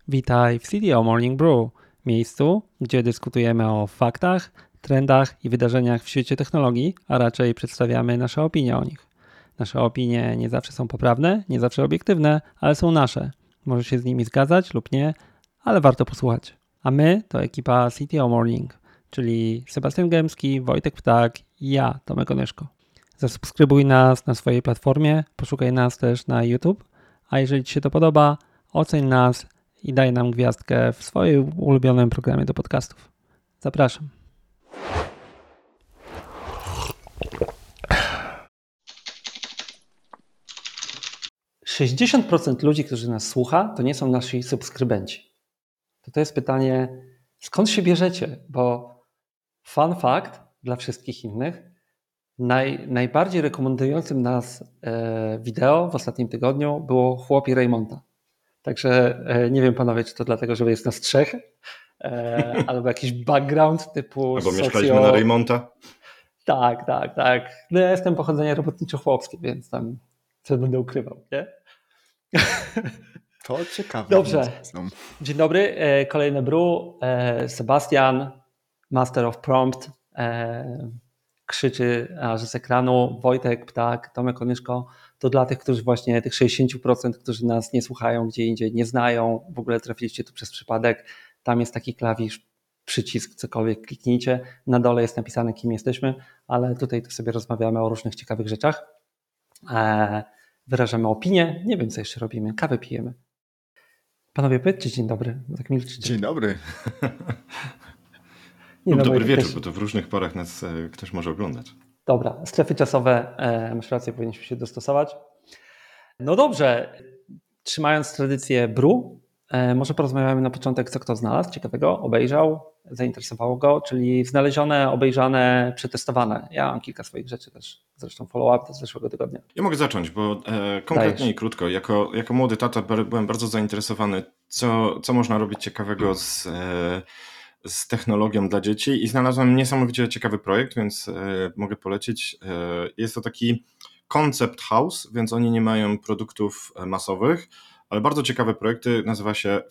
Witaj w CTO Morning Brew, miejscu, gdzie dyskutujemy o faktach, trendach i wydarzeniach w świecie technologii, a raczej przedstawiamy nasze opinie o nich. Nasze opinie nie zawsze są poprawne, nie zawsze obiektywne, ale są nasze. Możesz się z nimi zgadzać lub nie, ale warto posłuchać. A my to ekipa CTO Morning, czyli Sebastian Gębski, Wojtek Ptak i ja, Tomek Onyszko. Zasubskrybuj nas na swojej platformie, poszukaj nas też na YouTube, a jeżeli Ci się to podoba, oceń nas i daj nam gwiazdkę w swoim ulubionym programie do podcastów. Zapraszam. %60 ludzi, którzy nas słucha, to nie są nasi subskrybenci. To jest pytanie, skąd się bierzecie? Bo fun fact dla wszystkich innych, najbardziej rekomendującym nas wideo w ostatnim tygodniu było Chłopi Raymonta. Także nie wiem, panowie, czy to dlatego, że jest nas trzech, albo jakiś background typu albo mieszkaliśmy na Raymonta. Tak. No ja jestem pochodzenia robotniczo-chłopskie, więc tam co będę ukrywał, nie? To ciekawe. Dobrze. Dzień dobry. Kolejny brew. Sebastian, Master of Prompt, krzyczy aż z ekranu. Wojtek, Ptak, Tomek Onyszko. To dla tych, którzy właśnie, tych 60%, którzy nas nie słuchają gdzie indziej, nie znają, w ogóle trafiliście tu przez przypadek. Tam jest taki klawisz, przycisk, cokolwiek kliknijcie. Na dole jest napisane, kim jesteśmy, ale tutaj to sobie rozmawiamy o różnych ciekawych rzeczach. Wyrażamy opinię. Nie wiem, co jeszcze robimy. Kawę pijemy. Panowie, powiedzcie dzień dobry. Tak milczycie. Dzień dobry. Dobry wieczór, też... bo to w różnych porach nas ktoś może oglądać. Dobra, strefy czasowe, masz rację, powinniśmy się dostosować. No dobrze, trzymając tradycję brew, może porozmawiamy na początek, co kto znalazł ciekawego, obejrzał, zainteresowało go, czyli znalezione, obejrzane, przetestowane. Ja mam kilka swoich rzeczy też, zresztą follow-up z zeszłego tygodnia. Ja mogę zacząć, bo konkretnie i krótko. Jako młody tata byłem bardzo zainteresowany, co można robić ciekawego z technologią dla dzieci i znalazłem niesamowicie ciekawy projekt, więc mogę polecić. Jest to taki concept house, więc oni nie mają produktów masowych, ale bardzo ciekawe projekty, nazywa się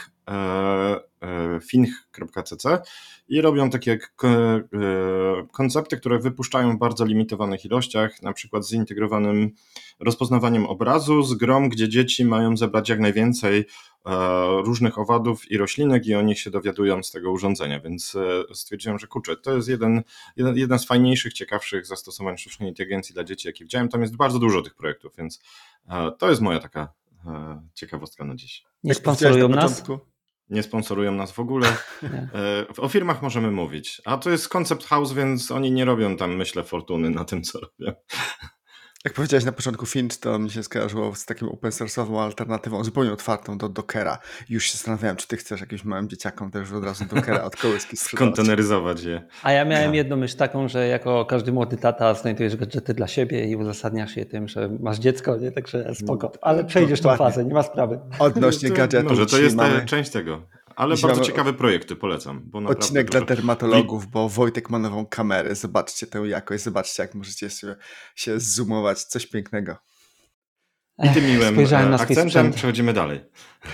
finch.cc i robią takie koncepty, które wypuszczają w bardzo limitowanych ilościach, na przykład z zintegrowanym rozpoznawaniem obrazu z grą, gdzie dzieci mają zebrać jak najwięcej różnych owadów i roślinek i o nich się dowiadują z tego urządzenia, więc stwierdziłem, że kurczę, to jest jedna z fajniejszych, ciekawszych zastosowań sztucznej inteligencji dla dzieci, jakie widziałem. Tam jest bardzo dużo tych projektów, więc to jest moja taka ciekawostka na dziś. Nie sponsorują nas? Nie sponsorują nas w ogóle. O firmach możemy mówić. A to jest Concept House, więc oni nie robią tam, myślę, fortuny na tym, co robią. Jak powiedziałeś na początku Finch, to mi się skojarzyło z taką open source'ową alternatywą, zupełnie otwartą do Dockera. Już się zastanawiałem, czy ty chcesz jakimś małym dzieciakom też od razu Dockera od kołyski skonteneryzować je. A ja miałem jedną myśl taką, że jako każdy młody tata znajdujesz gadżety dla siebie i uzasadniasz je tym, że masz dziecko, nie? Także spoko. Ale przejdziesz tą fazę, nie ma sprawy. Odnośnie gadżetów. Może to jest część tego. Ale bardzo ciekawe projekty, polecam. Bo odcinek dla dermatologów, bo Wojtek ma nową kamerę. Zobaczcie tę jakość, zobaczcie, jak możecie się zoomować. Coś pięknego. I tym miłym akcentem przechodzimy dalej.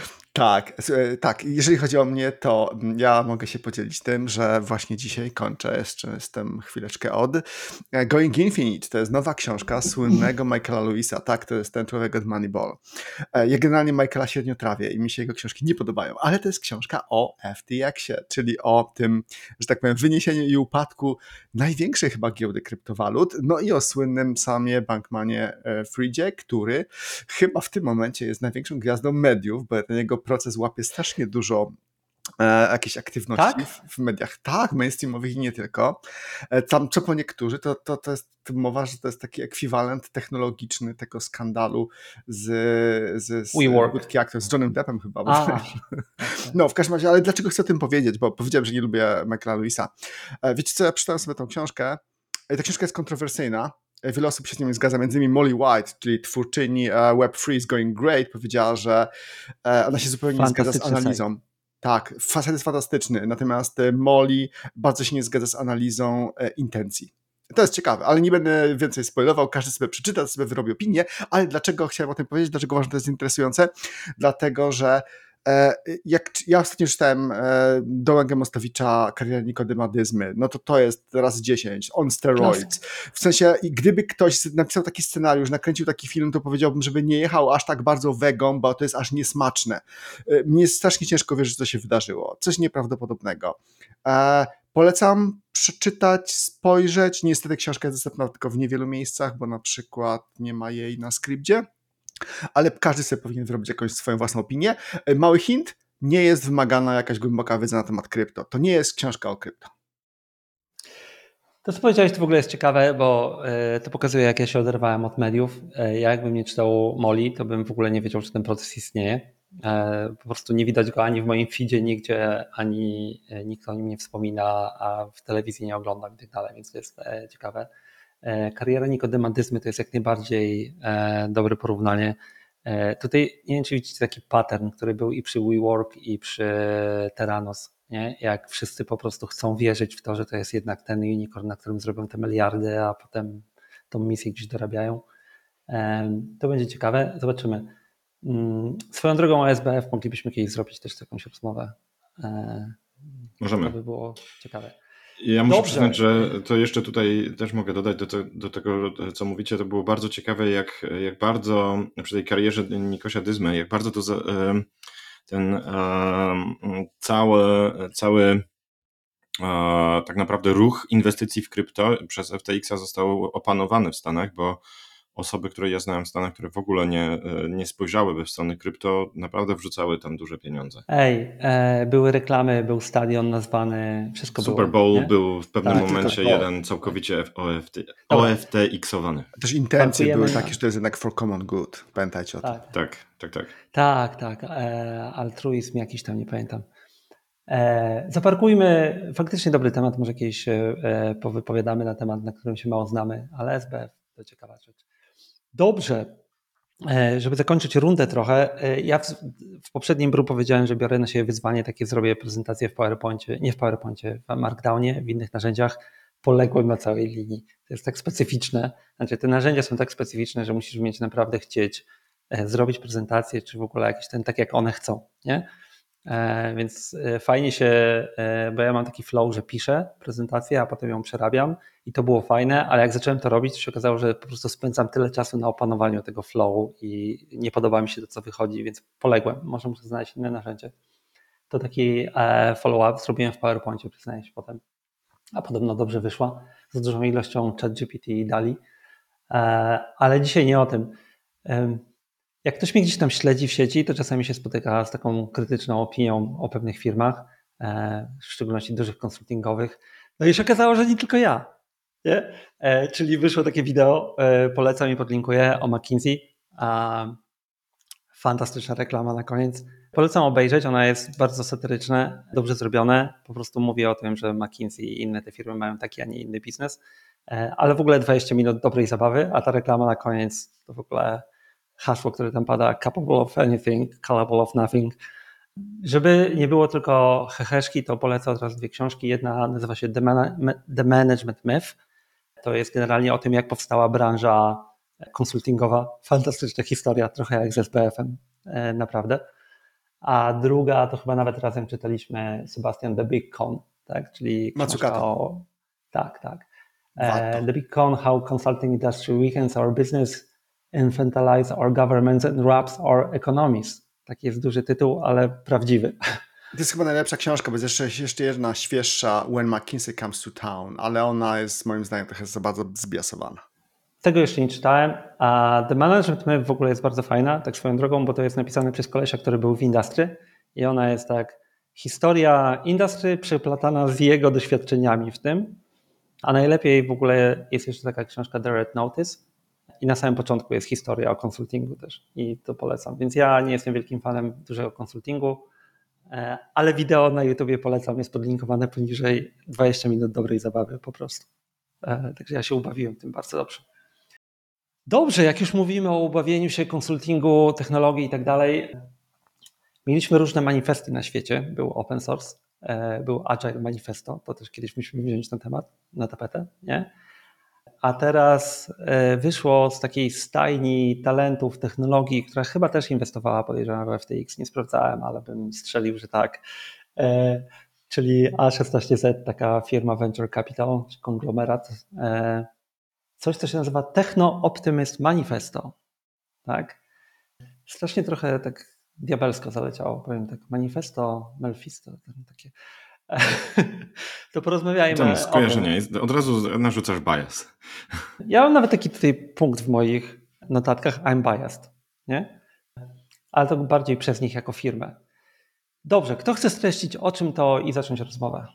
Tak. Jeżeli chodzi o mnie, to ja mogę się podzielić tym, że właśnie dzisiaj kończę, jeszcze jestem chwileczkę od Going Infinite. To jest nowa książka słynnego Michaela Lewisa. Tak, to jest ten człowiek od Moneyball. Ja generalnie Michaela średnio trawię i mi się jego książki nie podobają, ale to jest książka o FTX-ie, czyli o tym, że tak powiem, wyniesieniu i upadku największej chyba giełdy kryptowalut, no i o słynnym Samie Bankmanie Friedzie, który chyba w tym momencie jest największą gwiazdą mediów, bo na niego proces łapie strasznie dużo jakiejś aktywności w mediach. Tak, mainstreamowych i nie tylko. Tam co po niektórzy, to jest mowa, że to jest taki ekwiwalent technologiczny tego skandalu z z Johnnym Deppem chyba. No, w każdym razie, ale dlaczego chcę o tym powiedzieć? Bo powiedziałem, że nie lubię Michaela Lewisa. Wiecie co, ja przeczytałem sobie tą książkę. Ta książka jest kontrowersyjna. Wiele osób się z nią zgadza, między innymi Molly White, czyli twórczyni Web3 is going great, powiedziała, że ona się zupełnie nie zgadza z analizą. Tak, fasad jest fantastyczny, natomiast Molly bardzo się nie zgadza z analizą intencji. To jest ciekawe, ale nie będę więcej spoilował, każdy sobie przeczyta, sobie wyrobi opinię, ale dlaczego chciałem o tym powiedzieć, dlaczego uważam, że to jest interesujące? Dlatego, że Ja ostatnio czytałem Dołęgę Mostowicza Kariera Nikodymadyzmy, no to jest razy 10, on steroids. W sensie, gdyby ktoś napisał taki scenariusz, nakręcił taki film, to powiedziałbym, żeby nie jechał aż tak bardzo wegą, bo to jest aż niesmaczne. Mnie jest strasznie ciężko wierzyć, że to się wydarzyło. Coś nieprawdopodobnego. Polecam przeczytać, spojrzeć. Niestety książka jest dostępna tylko w niewielu miejscach, bo na przykład nie ma jej na Scribdzie, ale każdy sobie powinien zrobić jakąś swoją własną opinię. Mały hint, nie jest wymagana jakaś głęboka wiedza na temat krypto. To nie jest książka o krypto. To, co powiedziałeś, to w ogóle jest ciekawe, bo to pokazuje, jak ja się oderwałem od mediów. Ja jakbym nie czytał Molly, to bym w ogóle nie wiedział, czy ten proces istnieje. Po prostu nie widać go ani w moim feedzie nigdzie, ani nikt o nim nie wspomina, a w telewizji nie oglądam i tak dalej, więc to jest ciekawe. Kariera Nikodymadyzmy to jest jak najbardziej dobre porównanie. Tutaj nie wiem, czy widzicie taki pattern, który był i przy WeWork, i przy Theranos. Nie? Jak wszyscy po prostu chcą wierzyć w to, że to jest jednak ten unicorn, na którym zrobią te miliardy, a potem tą misję gdzieś dorabiają. To będzie ciekawe, zobaczymy. Swoją drogą o SBF moglibyśmy kiedyś zrobić też jakąś rozmowę. Możemy. To by było ciekawe. Ja muszę przyznać, że to jeszcze tutaj też mogę dodać do tego, co mówicie, to było bardzo ciekawe, jak bardzo przy tej karierze Nikosia Dyzmy, jak bardzo to ten cały tak naprawdę ruch inwestycji w krypto przez FTX-a został opanowany w Stanach, bo osoby, które ja znałem w Stanach, które w ogóle nie spojrzałyby w stronę krypto, naprawdę wrzucały tam duże pieniądze. Były reklamy, był stadion nazwany, wszystko było. Super Bowl nie? był w pewnym momencie jeden całkowicie OFT-iksowany. Też intencje były takie, że to jest jednak for common good. Pamiętajcie o tym. Tak. Altruizm jakiś tam, nie pamiętam. Zaparkujmy, faktycznie dobry temat, może kiedyś powypowiadamy na temat, na którym się mało znamy, ale SBF to ciekawa rzecz. Dobrze, żeby zakończyć rundę trochę, ja w poprzednim brew powiedziałem, że biorę na siebie wyzwanie, takie zrobię prezentację w PowerPoincie, nie w PowerPoincie, w Markdownie, w innych narzędziach, poległem na całej linii. To jest tak specyficzne, znaczy te narzędzia są tak specyficzne, że musisz mieć naprawdę chcieć zrobić prezentację, czy w ogóle jakieś tak jak one chcą, nie? Więc fajnie się, bo ja mam taki flow, że piszę prezentację, a potem ją przerabiam i to było fajne, ale jak zacząłem to robić, to się okazało, że po prostu spędzam tyle czasu na opanowaniu tego flow i nie podoba mi się to, co wychodzi, więc poległem. Może muszę znaleźć inne narzędzie. To taki follow-up zrobiłem w PowerPoincie, przyznaję się potem, a podobno dobrze wyszła z dużą ilością ChatGPT i DALL-E, ale dzisiaj nie o tym. Jak ktoś mnie gdzieś tam śledzi w sieci, to czasami się spotyka z taką krytyczną opinią o pewnych firmach, w szczególności dużych konsultingowych. No i się okazało, że nie tylko ja. Nie? Czyli wyszło takie wideo, polecam i podlinkuję, o McKinsey. Fantastyczna reklama na koniec. Polecam obejrzeć, ona jest bardzo satyryczna, dobrze zrobione. Po prostu mówię o tym, że McKinsey i inne te firmy mają taki, a nie inny biznes. Ale w ogóle 20 minut dobrej zabawy, a ta reklama na koniec to w ogóle hasło, które tam pada, capable of anything, capable of nothing. Żeby nie było tylko heheszki, to polecę od razu dwie książki. Jedna nazywa się The Management Myth. To jest generalnie o tym, jak powstała branża konsultingowa. Fantastyczna historia, trochę jak z SBF-em, naprawdę. A druga to chyba nawet razem czytaliśmy Sebastian The Big Con, tak? Czyli książka o... Tak. The Big Con, How Consulting Industry Weakens Our Business, Infantilize Our Governments and Wraps Our Economies. Taki jest duży tytuł, ale prawdziwy. To jest chyba najlepsza książka, bo jest jeszcze jedna świeższa, When McKinsey Comes to Town, ale ona jest moim zdaniem trochę za bardzo zbiasowana. Tego jeszcze nie czytałem, a The Management Myth w ogóle jest bardzo fajna, tak swoją drogą, bo to jest napisane przez kolesia, który był w Industry i ona jest tak, historia Industry przeplatana z jego doświadczeniami w tym, a najlepiej w ogóle jest jeszcze taka książka The Red Notice i na samym początku jest historia o konsultingu też i to polecam, więc ja nie jestem wielkim fanem dużego konsultingu, ale wideo na YouTubie polecam, jest podlinkowane poniżej, 20 minut dobrej zabawy po prostu. Także ja się ubawiłem tym bardzo dobrze. Dobrze, jak już mówimy o ubawieniu się, konsultingu, technologii i tak dalej, mieliśmy różne manifesty na świecie. Był open source, był Agile Manifesto, to też kiedyś musimy wziąć na temat, na tapetę, nie? a teraz wyszło z takiej stajni talentów technologii, która chyba też inwestowała, podejrzewam, w FTX, nie sprawdzałem, ale bym strzelił, że tak. Czyli A16Z, taka firma Venture Capital, czy konglomerat, coś, co się nazywa Techno Optimist Manifesto. Tak? Strasznie trochę tak diabelsko zaleciało, powiem tak, manifesto, Melfisto, takie. To porozmawiajmy Tam o tym. skojarzenia jest, od razu narzucasz bias. Ja mam nawet taki tutaj punkt w moich notatkach, I'm biased, nie? Ale to bardziej przez nich jako firmę. Dobrze, kto chce streścić o czym to i zacząć rozmowę?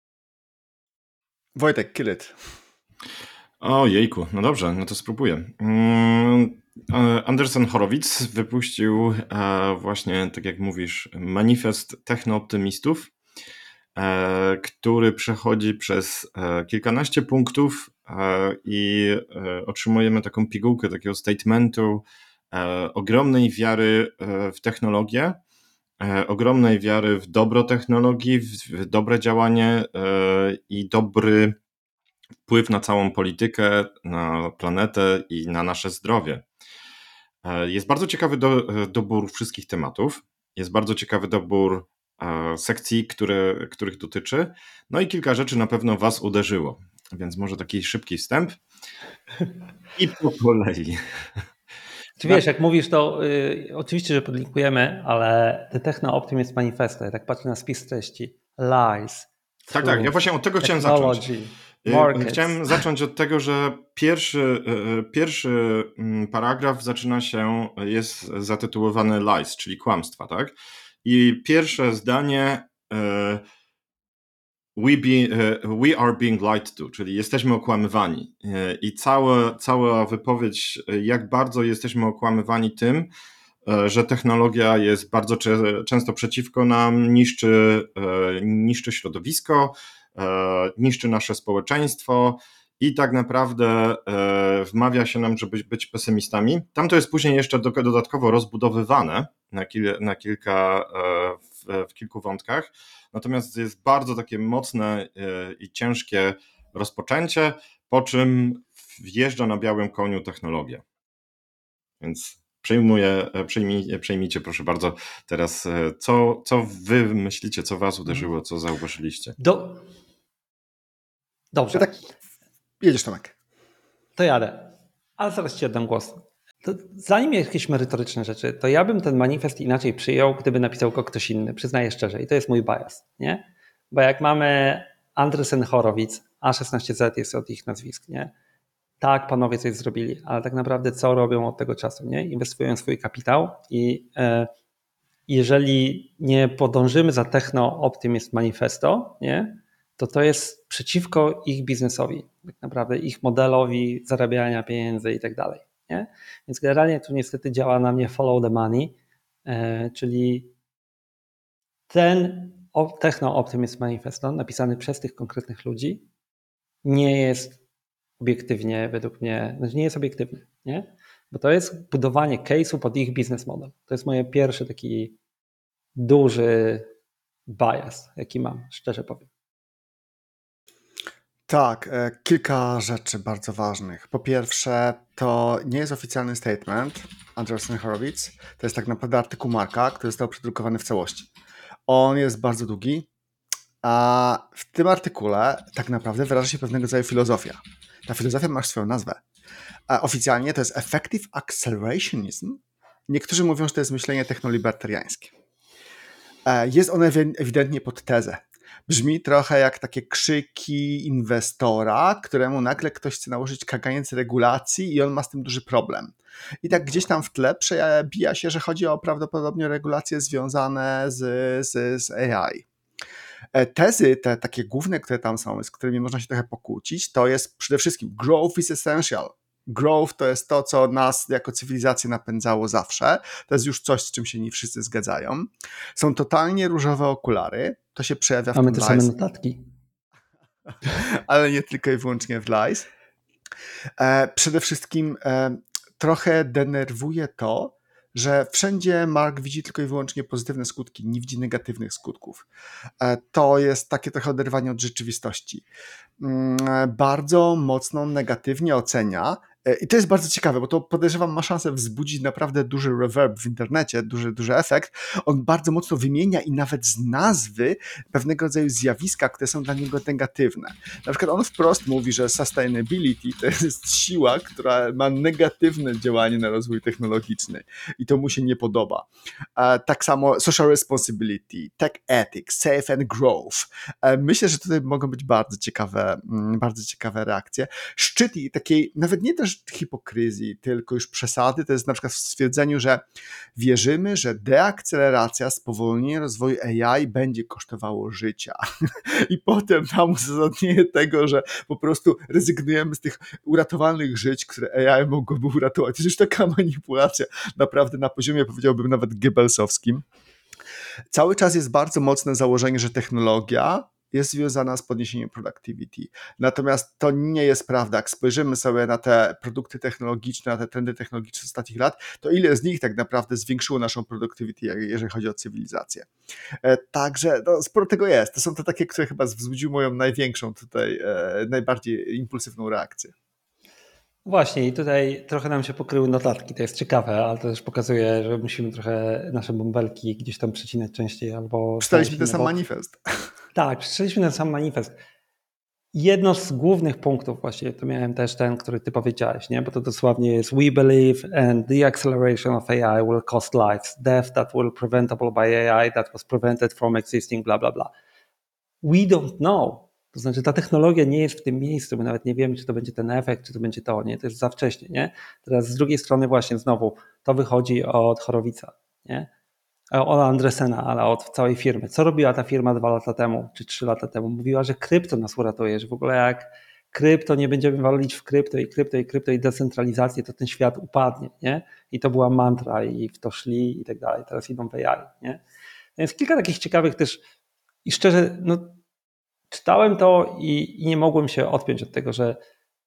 Wojtek, kill it. O jejku, no dobrze, no to spróbuję. Andreessen Horowitz wypuścił właśnie, tak jak mówisz, manifest technooptymistów, który przechodzi przez kilkanaście punktów i otrzymujemy taką pigułkę takiego statementu ogromnej wiary w technologię, ogromnej wiary w dobro technologii, w dobre działanie i dobry wpływ na całą politykę, na planetę i na nasze zdrowie. Jest bardzo ciekawy dobór wszystkich tematów, jest bardzo ciekawy dobór sekcji, których dotyczy, no i kilka rzeczy na pewno Was uderzyło, więc może taki szybki wstęp i po kolei. Czy wiesz, jak mówisz, to oczywiście, że podlinkujemy, ale The Techno Optimist Manifesto, ja tak patrzę na spis treści, lies, Tak, truth, ja właśnie od tego chciałem zacząć. technology, markets. Chciałem zacząć od tego, że pierwszy paragraf jest zatytułowany lies, czyli kłamstwa, tak? I pierwsze zdanie we are being lied to, czyli jesteśmy okłamywani. I cała wypowiedź, jak bardzo jesteśmy okłamywani tym, że technologia jest bardzo często przeciwko nam, niszczy środowisko, niszczy nasze społeczeństwo i tak naprawdę wmawia się nam, żeby być pesymistami. Tam to jest później jeszcze dodatkowo rozbudowywane w kilku wątkach, natomiast jest bardzo takie mocne i ciężkie rozpoczęcie, po czym wjeżdża na białym koniu technologia. Więc przejmijcie proszę bardzo teraz, co wy myślicie, co was uderzyło, co zauważyliście. Dobrze. Tak, jedziesz, Tomek. To jadę, ale zaraz ci oddam głos. To zanim jakieś merytoryczne rzeczy, to ja bym ten manifest inaczej przyjął, gdyby napisał go ktoś inny, przyznaję szczerze. I to jest mój bias, nie? Bo jak mamy Andreessen Horowitz, A16Z jest od ich nazwisk, nie? Tak, panowie coś zrobili, ale tak naprawdę co robią od tego czasu, nie? Inwestują swój kapitał i jeżeli nie podążymy za Techno Optimist Manifesto, nie? To jest przeciwko ich biznesowi, tak naprawdę ich modelowi zarabiania pieniędzy i tak dalej. Nie? Więc generalnie tu niestety działa na mnie follow the money, czyli ten Techno Optimist Manifesto napisany przez tych konkretnych ludzi nie jest obiektywnie, według mnie, znaczy nie jest obiektywny, nie? Bo to jest budowanie case'u pod ich biznes model. To jest moje pierwszy taki duży bias, jaki mam, szczerze powiem. Tak, kilka rzeczy bardzo ważnych. Po pierwsze, to nie jest oficjalny statement Andreessen Horowitz, to jest tak naprawdę artykuł Marka, który został przedrukowany w całości. On jest bardzo długi, a w tym artykule tak naprawdę wyraża się pewnego rodzaju filozofia. Ta filozofia ma swoją nazwę. A oficjalnie to jest Effective Accelerationism. Niektórzy mówią, że to jest myślenie technolibertariańskie. Jest on ewidentnie pod tezę. Brzmi trochę jak takie krzyki inwestora, któremu nagle ktoś chce nałożyć kaganiec regulacji i on ma z tym duży problem. I tak gdzieś tam w tle przebija się, że chodzi o prawdopodobnie regulacje związane z AI. Tezy, te takie główne, które tam są, z którymi można się trochę pokłócić, to jest przede wszystkim growth is essential. Growth to jest to, co nas jako cywilizację napędzało zawsze. To jest już coś, z czym się nie wszyscy zgadzają. Są totalnie różowe okulary. To się przejawia w Mamy tym te same lies. notatki. Ale nie tylko i wyłącznie w lies. Przede wszystkim trochę denerwuje to, że wszędzie Mark widzi tylko i wyłącznie pozytywne skutki, nie widzi negatywnych skutków. To jest takie trochę oderwanie od rzeczywistości. Bardzo mocno negatywnie ocenia. I to jest bardzo ciekawe, bo to podejrzewam ma szansę wzbudzić naprawdę duży reverb w internecie, duży efekt. On bardzo mocno wymienia i nawet z nazwy pewnego rodzaju zjawiska, które są dla niego negatywne. Na przykład on wprost mówi, że sustainability to jest siła, która ma negatywne działanie na rozwój technologiczny i to mu się nie podoba. Tak samo social responsibility, tech ethics, safe and growth. Myślę, że tutaj mogą być bardzo ciekawe reakcje. Szczyt i takiej, nawet nie też hipokryzji, tylko już przesady, to jest na przykład w stwierdzeniu, że wierzymy, że deakceleracja, spowolnienie rozwoju AI będzie kosztowało życia. I potem tam uzasadnienie tego, że po prostu rezygnujemy z tych uratowalnych żyć, które AI mogłoby uratować. To jest już taka manipulacja naprawdę na poziomie, powiedziałbym, nawet Goebbelsowskim. Cały czas jest bardzo mocne założenie, że technologia jest związana z podniesieniem productivity. Natomiast to nie jest prawda. Jak spojrzymy sobie na te produkty technologiczne, na te trendy technologiczne z ostatnich lat, to ile z nich tak naprawdę zwiększyło naszą productivity, jeżeli chodzi o cywilizację. Także sporo tego jest. To są te takie, które chyba wzbudziły moją największą tutaj, najbardziej impulsywną reakcję. Właśnie i tutaj trochę nam się pokryły notatki, to jest ciekawe, ale to też pokazuje, że musimy trochę nasze bąbelki gdzieś tam przecinać częściej albo... Czytaliśmy ten sam manifest. Tak, przeczytaliśmy ten sam manifest. Jedno z głównych punktów właśnie, to miałem też ten, który ty powiedziałeś, nie? Bo to dosłownie jest we believe and the acceleration of AI will cost lives, death that will preventable by AI that was prevented from existing, bla, bla, bla. We don't know. To znaczy ta technologia nie jest w tym miejscu, my nawet nie wiemy, czy to będzie ten efekt, czy to będzie to, nie? To jest za wcześnie, nie? Teraz z drugiej strony właśnie znowu to wychodzi od Horowica, nie? Od Andresena, ale od całej firmy. Co robiła ta firma 2 lata temu, czy 3 lata temu? Mówiła, że krypto nas uratuje, że w ogóle jak krypto nie będziemy walić w krypto i decentralizację, to ten świat upadnie, nie? I to była mantra i w to szli i tak dalej. Teraz idą w AI, nie? Więc kilka takich ciekawych też i szczerze, czytałem to i nie mogłem się odpiąć od tego, że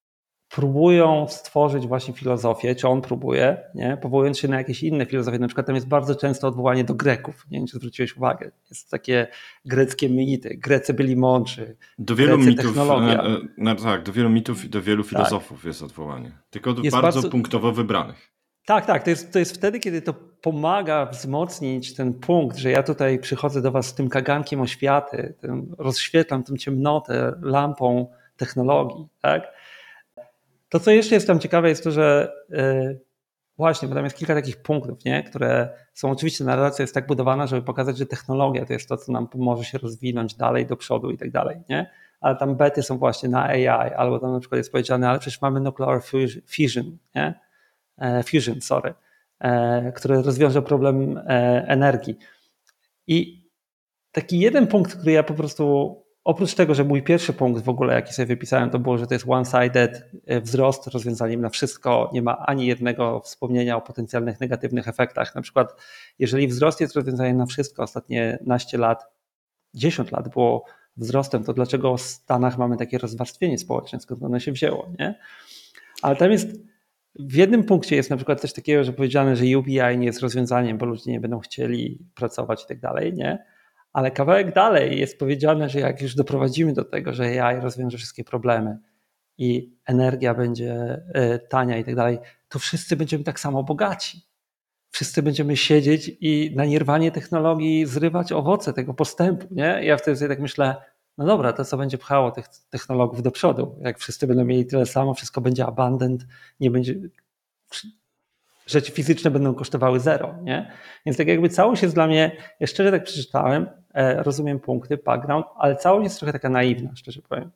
próbują stworzyć właśnie filozofię, czy on próbuje, nie? Powołując się na jakieś inne filozofie. Na przykład tam jest bardzo często odwołanie do Greków. Nie wiem, czy zwróciłeś uwagę. Jest takie greckie mity. Grecy byli mądrzy. Do wielu mitów, technologia. Tak, do wielu mitów i do wielu filozofów jest odwołanie. Tylko do Jest bardzo punktowo wybranych. Tak. To jest wtedy, kiedy to pomaga wzmocnić ten punkt, że ja tutaj przychodzę do was z tym kagankiem oświaty, rozświetlam tę ciemnotę lampą technologii, tak? To, co jeszcze jest tam ciekawe, jest to, że właśnie, bo tam jest kilka takich punktów, nie? Które są oczywiście, narracja jest tak budowana, żeby pokazać, że technologia to jest to, co nam pomoże się rozwinąć dalej do przodu i tak dalej, nie? Ale tam bety są właśnie na AI, albo tam na przykład jest powiedziane, ale przecież mamy nuclear fusion, nie? Który rozwiąże problem energii. I taki jeden punkt, który ja po prostu, oprócz tego, że mój pierwszy punkt w ogóle, jaki sobie wypisałem, to było, że to jest one-sided wzrost rozwiązaniem na wszystko, nie ma ani jednego wspomnienia o potencjalnych negatywnych efektach. Na przykład, jeżeli wzrost jest rozwiązaniem na wszystko, ostatnie 10 lat było wzrostem, to dlaczego w Stanach mamy takie rozwarstwienie społeczne, skąd ono się wzięło, nie? Ale tam jest, w jednym punkcie jest na przykład coś takiego, że powiedziane, że UBI nie jest rozwiązaniem, bo ludzie nie będą chcieli pracować i tak dalej, nie? Ale kawałek dalej jest powiedziane, że jak już doprowadzimy do tego, że AI rozwiąże wszystkie problemy i energia będzie tania i tak dalej, to wszyscy będziemy tak samo bogaci. Wszyscy będziemy siedzieć i na nierwanie technologii zrywać owoce tego postępu, nie? Ja wtedy sobie tak myślę, no dobra, to co będzie pchało tych technologów do przodu? Jak wszyscy będą mieli tyle samo, wszystko będzie abundant, nie będzie... Rzeczy fizyczne będą kosztowały zero, nie? Więc tak jakby całość jest dla mnie, ja szczerze tak przeczytałem, rozumiem punkty, background, ale całość jest trochę taka naiwna, szczerze powiem.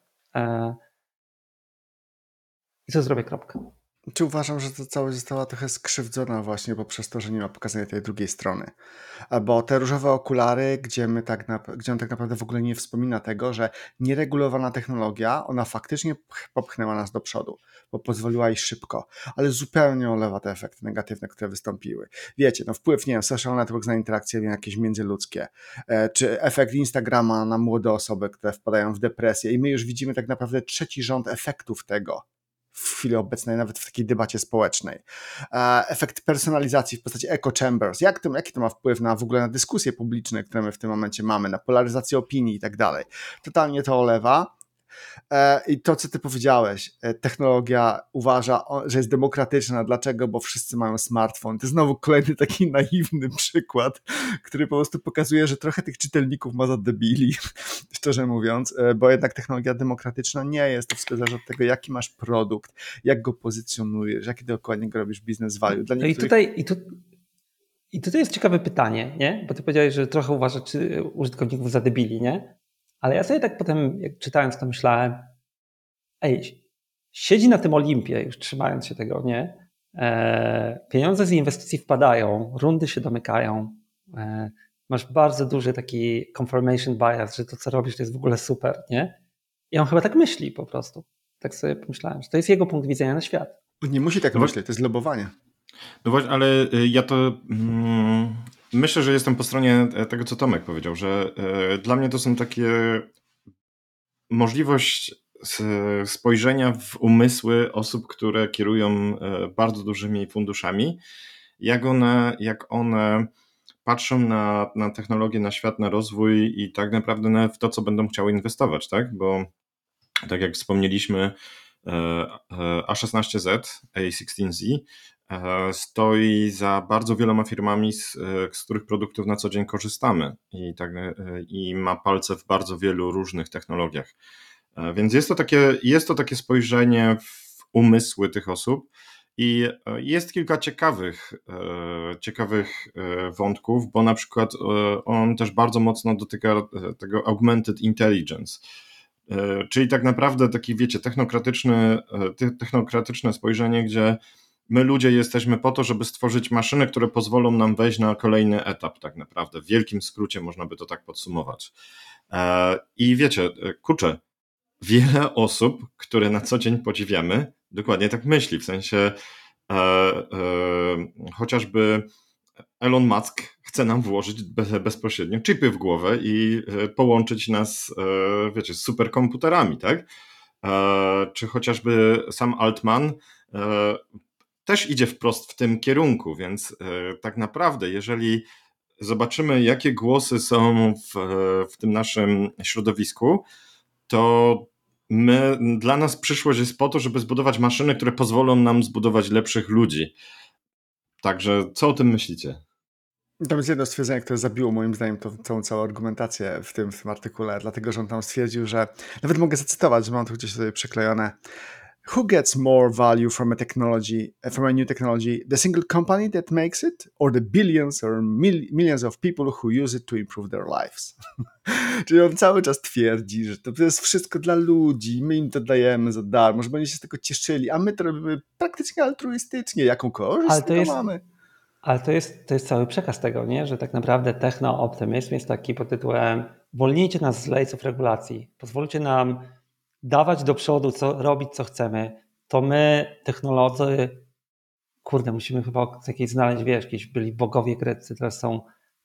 I co zrobię, kropka. Czy uważam, że to całość została trochę skrzywdzona właśnie poprzez to, że nie ma pokazania tej drugiej strony. Bo te różowe okulary, gdzie on tak naprawdę w ogóle nie wspomina tego, że nieregulowana technologia, ona faktycznie popchnęła nas do przodu, bo pozwoliła iść szybko, ale zupełnie olewa te efekty negatywne, które wystąpiły. Wiecie, wpływ, nie wiem, social networks na interakcje jakieś międzyludzkie, czy efekt Instagrama na młode osoby, które wpadają w depresję i my już widzimy tak naprawdę trzeci rząd efektów tego w chwili obecnej, nawet w takiej debacie społecznej. Efekt personalizacji w postaci echo chambers, jaki to ma wpływ w ogóle na dyskusje publiczne, które my w tym momencie mamy, na polaryzację opinii i tak dalej. Totalnie to olewa. I to, co ty powiedziałeś, technologia uważa, że jest demokratyczna. Dlaczego? Bo wszyscy mają smartfon. To znowu kolejny taki naiwny przykład, który po prostu pokazuje, że trochę tych czytelników ma za debili, szczerze mówiąc, bo jednak technologia demokratyczna nie jest. To wszystko zależy od tego, jaki masz produkt, jak go pozycjonujesz, jaki dokładnie go robisz business value. Dla niektórych... I tutaj jest ciekawe pytanie, nie? Bo ty powiedziałeś, że trochę uważasz użytkowników za debili, nie? Ale ja sobie tak potem, jak czytając to, myślałem, siedzi na tym Olimpie, już trzymając się tego, nie? Pieniądze z inwestycji wpadają, rundy się domykają, masz bardzo duży taki confirmation bias, że to, co robisz, to jest w ogóle super, nie? I on chyba tak myśli po prostu. Tak sobie pomyślałem, że to jest jego punkt widzenia na świat. Nie musi tak myśleć, to jest lobowanie. No właśnie, ale ja to myślę, że jestem po stronie tego, co Tomek powiedział, że dla mnie to są takie możliwość spojrzenia w umysły osób, które kierują bardzo dużymi funduszami, jak one patrzą na technologię, na świat, na rozwój i tak naprawdę w to, co będą chciały inwestować, tak? Bo tak jak wspomnieliśmy, A16Z, A16Z stoi za bardzo wieloma firmami, z których produktów na co dzień korzystamy i ma palce w bardzo wielu różnych technologiach. Więc jest to takie spojrzenie w umysły tych osób i jest kilka ciekawych wątków, bo na przykład on też bardzo mocno dotyka tego augmented intelligence. Czyli tak naprawdę taki, wiecie, technokratyczne spojrzenie, gdzie my ludzie jesteśmy po to, żeby stworzyć maszyny, które pozwolą nam wejść na kolejny etap tak naprawdę. W wielkim skrócie można by to tak podsumować. I wiecie, kurczę, wiele osób, które na co dzień podziwiamy, dokładnie tak myśli, w sensie chociażby Elon Musk chce nam włożyć bezpośrednio chipy w głowę i połączyć nas, wiecie, z superkomputerami, tak? Czy chociażby sam Altman też idzie wprost w tym kierunku, więc tak naprawdę, jeżeli zobaczymy, jakie głosy są w tym naszym środowisku, to dla nas przyszłość jest po to, żeby zbudować maszyny, które pozwolą nam zbudować lepszych ludzi. Także co o tym myślicie? Tam jest jedno stwierdzenie, które zabiło moim zdaniem tą całą argumentację w tym artykule, dlatego że on tam stwierdził, że nawet mogę zacytować, że mam to gdzieś tutaj przyklejone. Who gets more value from a new technology? The single company that makes it, or the billions or millions of people who use it to improve their lives? Czyli on cały czas twierdzi, że to jest wszystko dla ludzi, my im to dajemy za darmo, że będą się z tego cieszyli, a my to robimy praktycznie altruistycznie, jaką korzyść z tego mamy. Ale to jest cały przekaz tego, nie? Że tak naprawdę techno-optymizm jest taki pod tytułem wolnijcie nas z lejców regulacji, pozwólcie nam dawać do przodu, robić co chcemy, to my, technolodzy, musimy chyba jakieś znaleźć, jakieś byli bogowie greccy, teraz są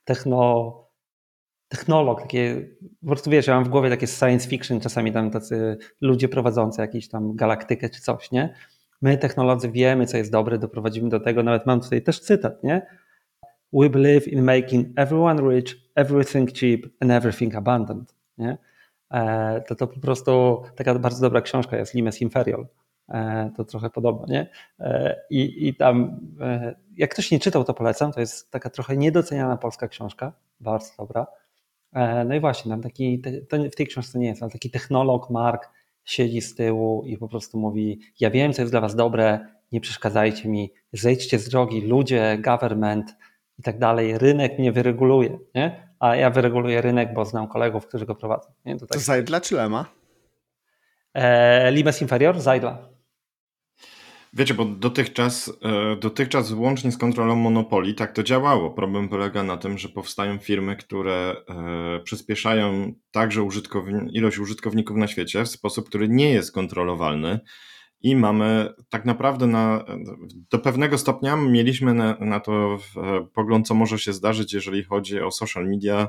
technolog, takie, po prostu ja mam w głowie takie science fiction, czasami tam tacy ludzie prowadzący jakąś tam galaktykę czy coś, nie? My, technolodzy, wiemy, co jest dobre, doprowadzimy do tego, nawet mam tutaj też cytat, nie? We believe in making everyone rich, everything cheap and everything abundant, nie? To po prostu taka bardzo dobra książka jest Limes Inferior. To trochę podobno, nie? I tam, jak ktoś nie czytał, to polecam, to jest taka trochę niedoceniana polska książka, bardzo dobra. No i właśnie, tam w tej książce nie jest, ale taki technolog Mark siedzi z tyłu i po prostu mówi, ja wiem, co jest dla was dobre, nie przeszkadzajcie mi, zejdźcie z drogi, ludzie, government i tak dalej, rynek mnie wyreguluje, nie? A ja wyreguluję rynek, bo znam kolegów, którzy go prowadzą. Nie? To Zajdla czy Lema? Limes Inferior, Zajdla. Wiecie, bo dotychczas łącznie z kontrolą monopolii tak to działało. Problem polega na tym, że powstają firmy, które przyspieszają także ilość użytkowników na świecie w sposób, który nie jest kontrolowalny i mamy tak naprawdę do pewnego stopnia mieliśmy na to pogląd, co może się zdarzyć, jeżeli chodzi o social media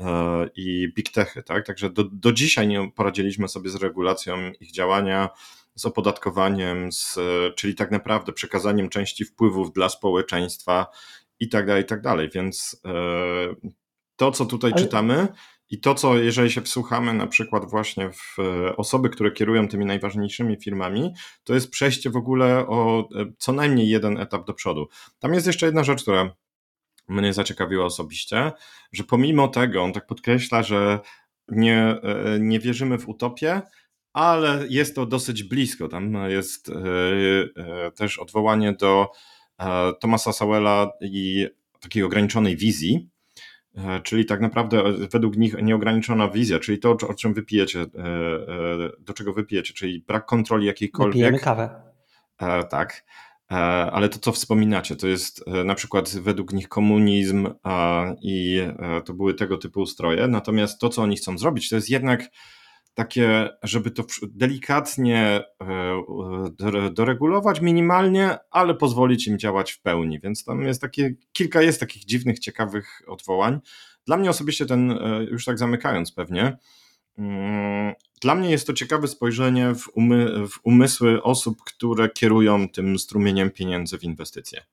i big techy, tak? Także do dzisiaj nie poradziliśmy sobie z regulacją ich działania. z opodatkowaniem, czyli tak naprawdę przekazaniem części wpływów dla społeczeństwa i tak dalej, i tak dalej. Więc to, co tutaj czytamy i to, co jeżeli się wsłuchamy na przykład właśnie w osoby, które kierują tymi najważniejszymi firmami, to jest przejście w ogóle o co najmniej jeden etap do przodu. Tam jest jeszcze jedna rzecz, która mnie zaciekawiła osobiście, że pomimo tego, on tak podkreśla, że nie wierzymy w utopię, ale jest to dosyć blisko. Tam jest też odwołanie do Thomasa Sowella i takiej ograniczonej wizji, czyli tak naprawdę według nich nieograniczona wizja, czyli to, o czym wypijecie, do czego wypijecie, czyli brak kontroli jakiejkolwiek. Wypijemy kawę. Tak, ale to, co wspominacie, to jest na przykład według nich komunizm i to były tego typu ustroje, natomiast to, co oni chcą zrobić, to jest jednak takie, żeby to delikatnie doregulować minimalnie, ale pozwolić im działać w pełni, więc tam jest kilka jest takich dziwnych, ciekawych odwołań. Dla mnie osobiście już tak zamykając pewnie, dla mnie jest to ciekawe spojrzenie w umysły osób, które kierują tym strumieniem pieniędzy w inwestycje.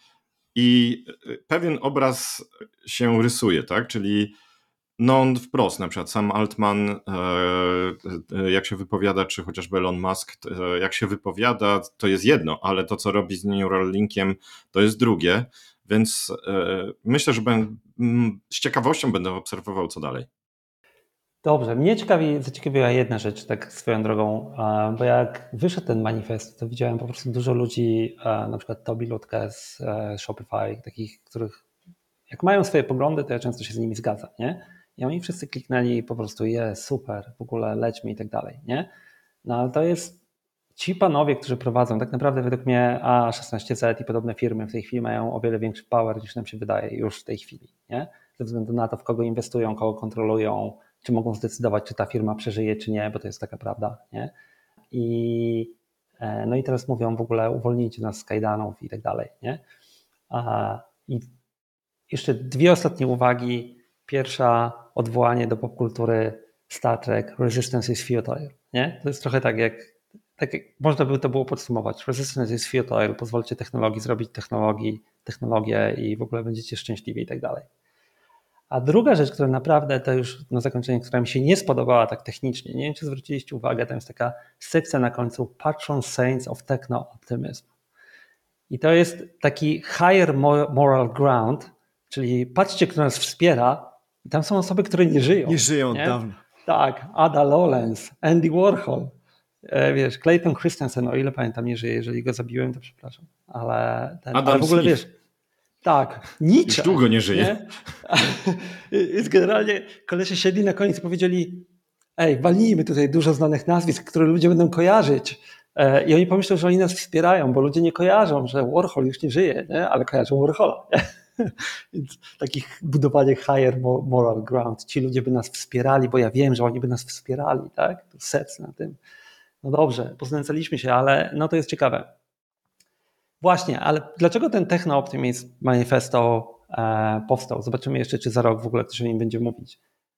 I pewien obraz się rysuje, tak? Czyli on wprost, na przykład Sam Altman, jak się wypowiada, czy chociażby Elon Musk, jak się wypowiada, to jest jedno, ale to, co robi z Neuralinkiem, to jest drugie, więc myślę, że z ciekawością będę obserwował, co dalej. Dobrze, mnie zaciekawiła jedna rzecz, tak swoją drogą, bo jak wyszedł ten manifest, to widziałem po prostu dużo ludzi, na przykład Tobi Lutke z Shopify, takich, których jak mają swoje poglądy, to ja często się z nimi zgadzam, nie? I oni wszyscy kliknęli i po prostu super, w ogóle lećmy i tak dalej, nie? No ale to jest ci panowie, którzy prowadzą, tak naprawdę według mnie A16Z i podobne firmy w tej chwili mają o wiele większy power niż nam się wydaje już w tej chwili, nie? Ze względu na to, w kogo inwestują, kogo kontrolują, czy mogą zdecydować, czy ta firma przeżyje, czy nie, bo to jest taka prawda, nie? No i teraz mówią w ogóle uwolnijcie nas z kajdanów i tak dalej, nie? I jeszcze dwie ostatnie uwagi. Pierwsza, odwołanie do popkultury Star Trek, Resistance is futile, nie? To jest trochę tak jak można by to było podsumować. Resistance is futile, pozwólcie technologii zrobić technologię i w ogóle będziecie szczęśliwi i tak dalej. A druga rzecz, która naprawdę to już na zakończenie, która mi się nie spodobała tak technicznie, nie wiem, czy zwróciliście uwagę, tam jest taka sekcja na końcu Patron Saints of Techno-Optimism. I to jest taki higher moral ground, czyli patrzcie, kto nas wspiera i tam są osoby, które nie żyją. Nie żyją dawno. Tak, Ada Lovelace, Andy Warhol, wiesz, Clayton Christensen, o ile pamiętam, nie żyje, jeżeli go zabiłem, to przepraszam. Ale w ogóle Smith. Wiesz, tak, Nietzsche. Już długo nie żyje. Jest generalnie kolesie siedli na koniec i powiedzieli, walnijmy tutaj dużo znanych nazwisk, które ludzie będą kojarzyć. I oni pomyślą, że oni nas wspierają, bo ludzie nie kojarzą, że Warhol już nie żyje, nie? Ale kojarzą Warhola. Więc takich budowanie higher moral ground. Ci ludzie by nas wspierali, bo ja wiem, że oni by nas wspierali, tak? To sens na tym. No dobrze, poznęcaliśmy się, ale no to jest ciekawe. Właśnie, ale dlaczego ten Techno-Optimizm Manifesto powstał? Zobaczymy jeszcze, czy za rok w ogóle ktoś o nim będzie mówić.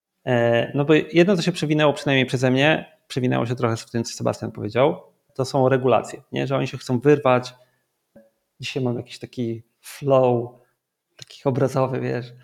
No bo jedno, co się przewinęło przynajmniej przeze mnie, przewinęło się trochę w tym, co Sebastian powiedział, to są regulacje, nie? Że oni się chcą wyrwać. Dzisiaj mam jakiś taki flow, takich obrazowy, wiesz,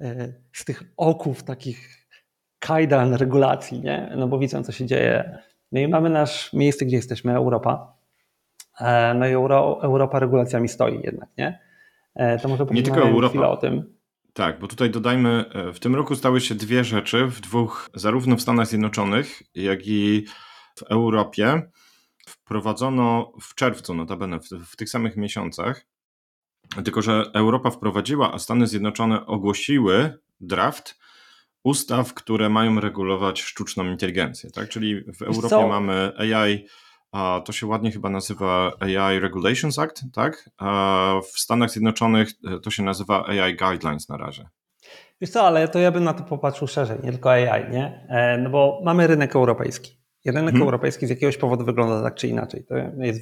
z tych oków takich kajdan regulacji, nie? No bo widzą, co się dzieje. No i mamy nasze miejsce, gdzie jesteśmy, Europa. No i Europa regulacjami stoi jednak, nie? To może nie tylko Europa. Chwilę o tym. Tak, bo tutaj dodajmy, w tym roku stały się dwie rzeczy, zarówno w Stanach Zjednoczonych, jak i w Europie. Wprowadzono w czerwcu, notabene w tych samych miesiącach, tylko że Europa wprowadziła, a Stany Zjednoczone ogłosiły draft ustaw, które mają regulować sztuczną inteligencję. Tak? Czyli w Europie mamy AI, a to się ładnie chyba nazywa AI Regulations Act, tak? A w Stanach Zjednoczonych to się nazywa AI Guidelines na razie. Wiesz co, ale to ja bym na to popatrzył szerzej, nie tylko AI, nie? No bo mamy rynek europejski. I rynek europejski z jakiegoś powodu wygląda tak czy inaczej. To jest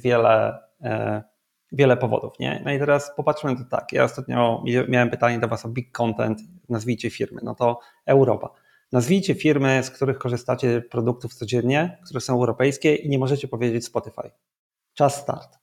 wiele powodów, nie? No i teraz popatrzmy to tak. Ja ostatnio miałem pytanie do was o big content, nazwijcie firmy. No to Europa. Nazwijcie firmy, z których korzystacie produktów codziennie, które są europejskie i nie możecie powiedzieć Spotify. Czas start.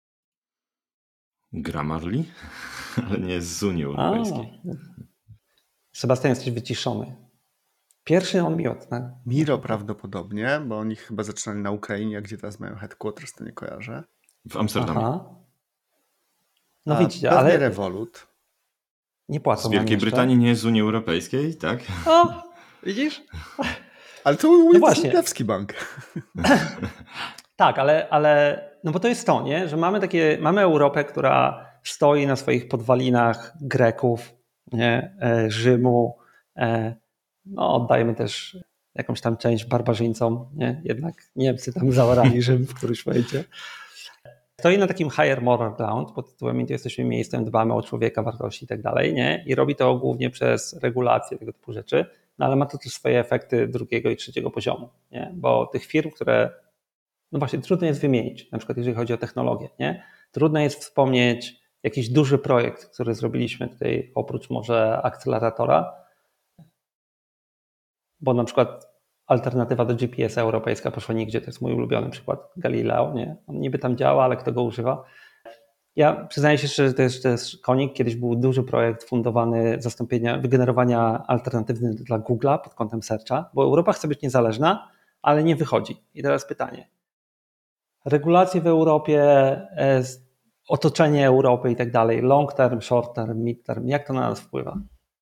Grammarly? Ale nie jest z Unii Europejskiej. Sebastian, jesteś wyciszony. Pierwszy on miód. Miro prawdopodobnie, bo oni chyba zaczynali na Ukrainie, gdzie teraz mają headquarters, to nie kojarzę. W Amsterdamie. Aha. No A widzicie, pewnie ale Revolut. nie płacą Z nam Wielkiej jeszcze. Brytanii nie jest z Unii Europejskiej, tak? O, widzisz? Ale to był właśnie. litewski bank. Tak, ale no bo to jest to, nie? Że mamy Europę, która stoi na swoich podwalinach Greków, nie? Rzymu. No, oddajmy też jakąś tam część barbarzyńcom, nie? Jednak Niemcy tam zaorali Rzym w którymś momencie. Stoi na takim higher moral ground pod tytułem "Tu jesteśmy miejscem, dbamy o człowieka, wartości i tak dalej", nie? I robi to głównie przez regulacje, tego typu rzeczy, no ale ma to też swoje efekty drugiego i trzeciego poziomu, nie? Bo tych firm, które no właśnie trudno jest wymienić, na przykład jeżeli chodzi o technologię, nie? Trudno jest wspomnieć jakiś duży projekt, który zrobiliśmy tutaj oprócz może akceleratora, bo na przykład alternatywa do GPS-a europejska poszła nigdzie, to jest mój ulubiony przykład, Galileo, nie? On niby tam działa, ale kto go używa? Ja przyznaję się szczerze, że to jest też konik. Kiedyś był duży projekt fundowany wygenerowania alternatywnych dla Google'a pod kątem searcha, bo Europa chce być niezależna, ale nie wychodzi. I teraz pytanie. Regulacje w Europie, otoczenie Europy i tak dalej, long term, short term, mid term, jak to na nas wpływa?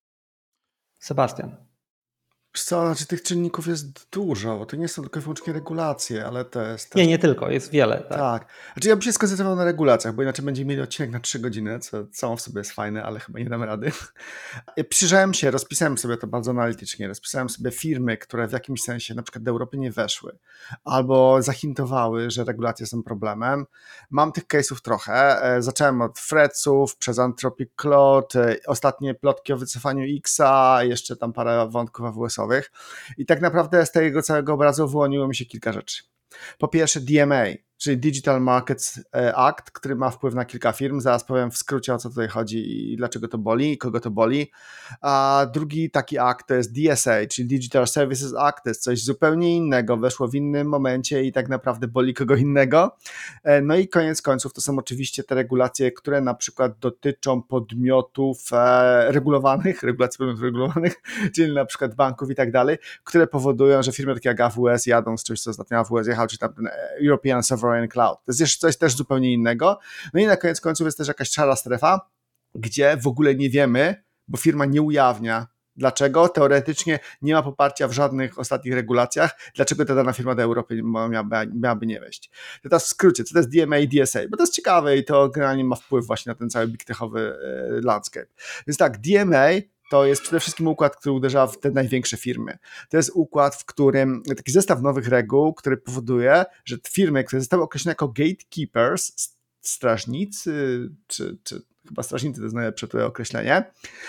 Sebastian. Wiesz co, znaczy tych czynników jest dużo, to nie są tylko i wyłącznie regulacje, ale to jest też... Nie tylko, jest wiele. Tak. Znaczy ja bym się skoncentrował na regulacjach, bo inaczej będziemy mieli odcinek na 3 godziny, co samo w sobie jest fajne, ale chyba nie damy rady. Przyjrzałem się, rozpisałem sobie to bardzo analitycznie, rozpisałem sobie firmy, które w jakimś sensie na przykład do Europy nie weszły, albo zahintowały, że regulacje są problemem. Mam tych case'ów trochę. Zacząłem od Fredsów, przez Anthropic Claude, ostatnie plotki o wycofaniu Xa, jeszcze tam parę wątków AWS-owych i tak naprawdę z tego całego obrazu wyłoniło mi się kilka rzeczy. Po pierwsze DMA, czyli Digital Markets Act, który ma wpływ na kilka firm. Zaraz powiem w skrócie, o co tutaj chodzi i dlaczego to boli i kogo to boli. A drugi taki akt to jest DSA, czyli Digital Services Act, to jest coś zupełnie innego, weszło w innym momencie i tak naprawdę boli kogo innego. No i koniec końców to są oczywiście te regulacje, które na przykład dotyczą podmiotów regulowanych, regulacji podmiotów regulowanych, czyli na przykład banków i tak dalej, które powodują, że firmy takie jak AWS jadą z czymś, co ostatnio AWS jechał, czy tam ten European Sovereign Cloud. To jest jeszcze coś też zupełnie innego. No i na koniec końców jest też jakaś szara strefa, gdzie w ogóle nie wiemy, bo firma nie ujawnia. Dlaczego? Teoretycznie nie ma poparcia w żadnych ostatnich regulacjach. Dlaczego ta dana firma do Europy miałaby nie wejść? To teraz w skrócie, co to jest DMA i DSA? Bo to jest ciekawe i to generalnie ma wpływ właśnie na ten cały big techowy landscape. Więc tak, DMA to jest przede wszystkim układ, który uderza w te największe firmy. To jest układ, w którym taki zestaw nowych reguł, który powoduje, że firmy, które zostały określone jako gatekeepers, strażnicy, czy chyba strażnicy to jest najlepsze tutaj określenie,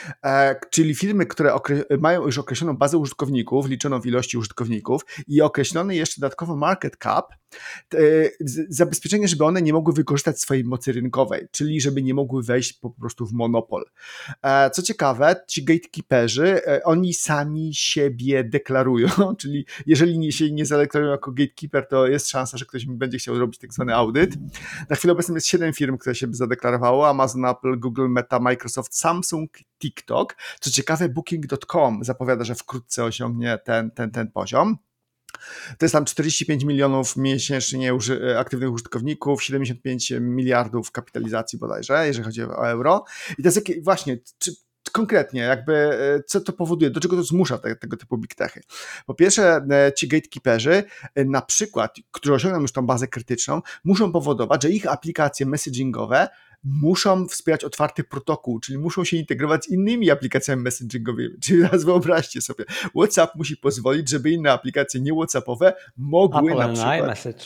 czyli firmy, które mają już określoną bazę użytkowników, liczoną w ilości użytkowników i określony jeszcze dodatkowo market cap, zabezpieczenie, żeby one nie mogły wykorzystać swojej mocy rynkowej, czyli żeby nie mogły wejść po prostu w monopol. Co ciekawe, ci gatekeeperzy, oni sami siebie deklarują, czyli jeżeli się nie zadeklarują jako gatekeeper, to jest szansa, że ktoś będzie chciał robić tak zwany audyt. Na chwilę obecną jest 7 firm, które się zadeklarowało: Amazon, Apple, Google, Meta, Microsoft, Samsung, TikTok. Co ciekawe, Booking.com zapowiada, że wkrótce osiągnie ten poziom. To jest tam 45 milionów miesięcznie aktywnych użytkowników, 75 miliardów kapitalizacji bodajże, jeżeli chodzi o euro. I to jest właśnie, konkretnie, jakby co to powoduje, do czego to zmusza tego typu big techy. Po pierwsze, ci gatekeeperzy, na przykład, którzy osiągną już tą bazę krytyczną, muszą powodować, że ich aplikacje messagingowe muszą wspierać otwarty protokół, czyli muszą się integrować z innymi aplikacjami messagingowymi. Czyli teraz wyobraźcie sobie, WhatsApp musi pozwolić, żeby inne aplikacje nie WhatsAppowe mogły na przykład... iMessage.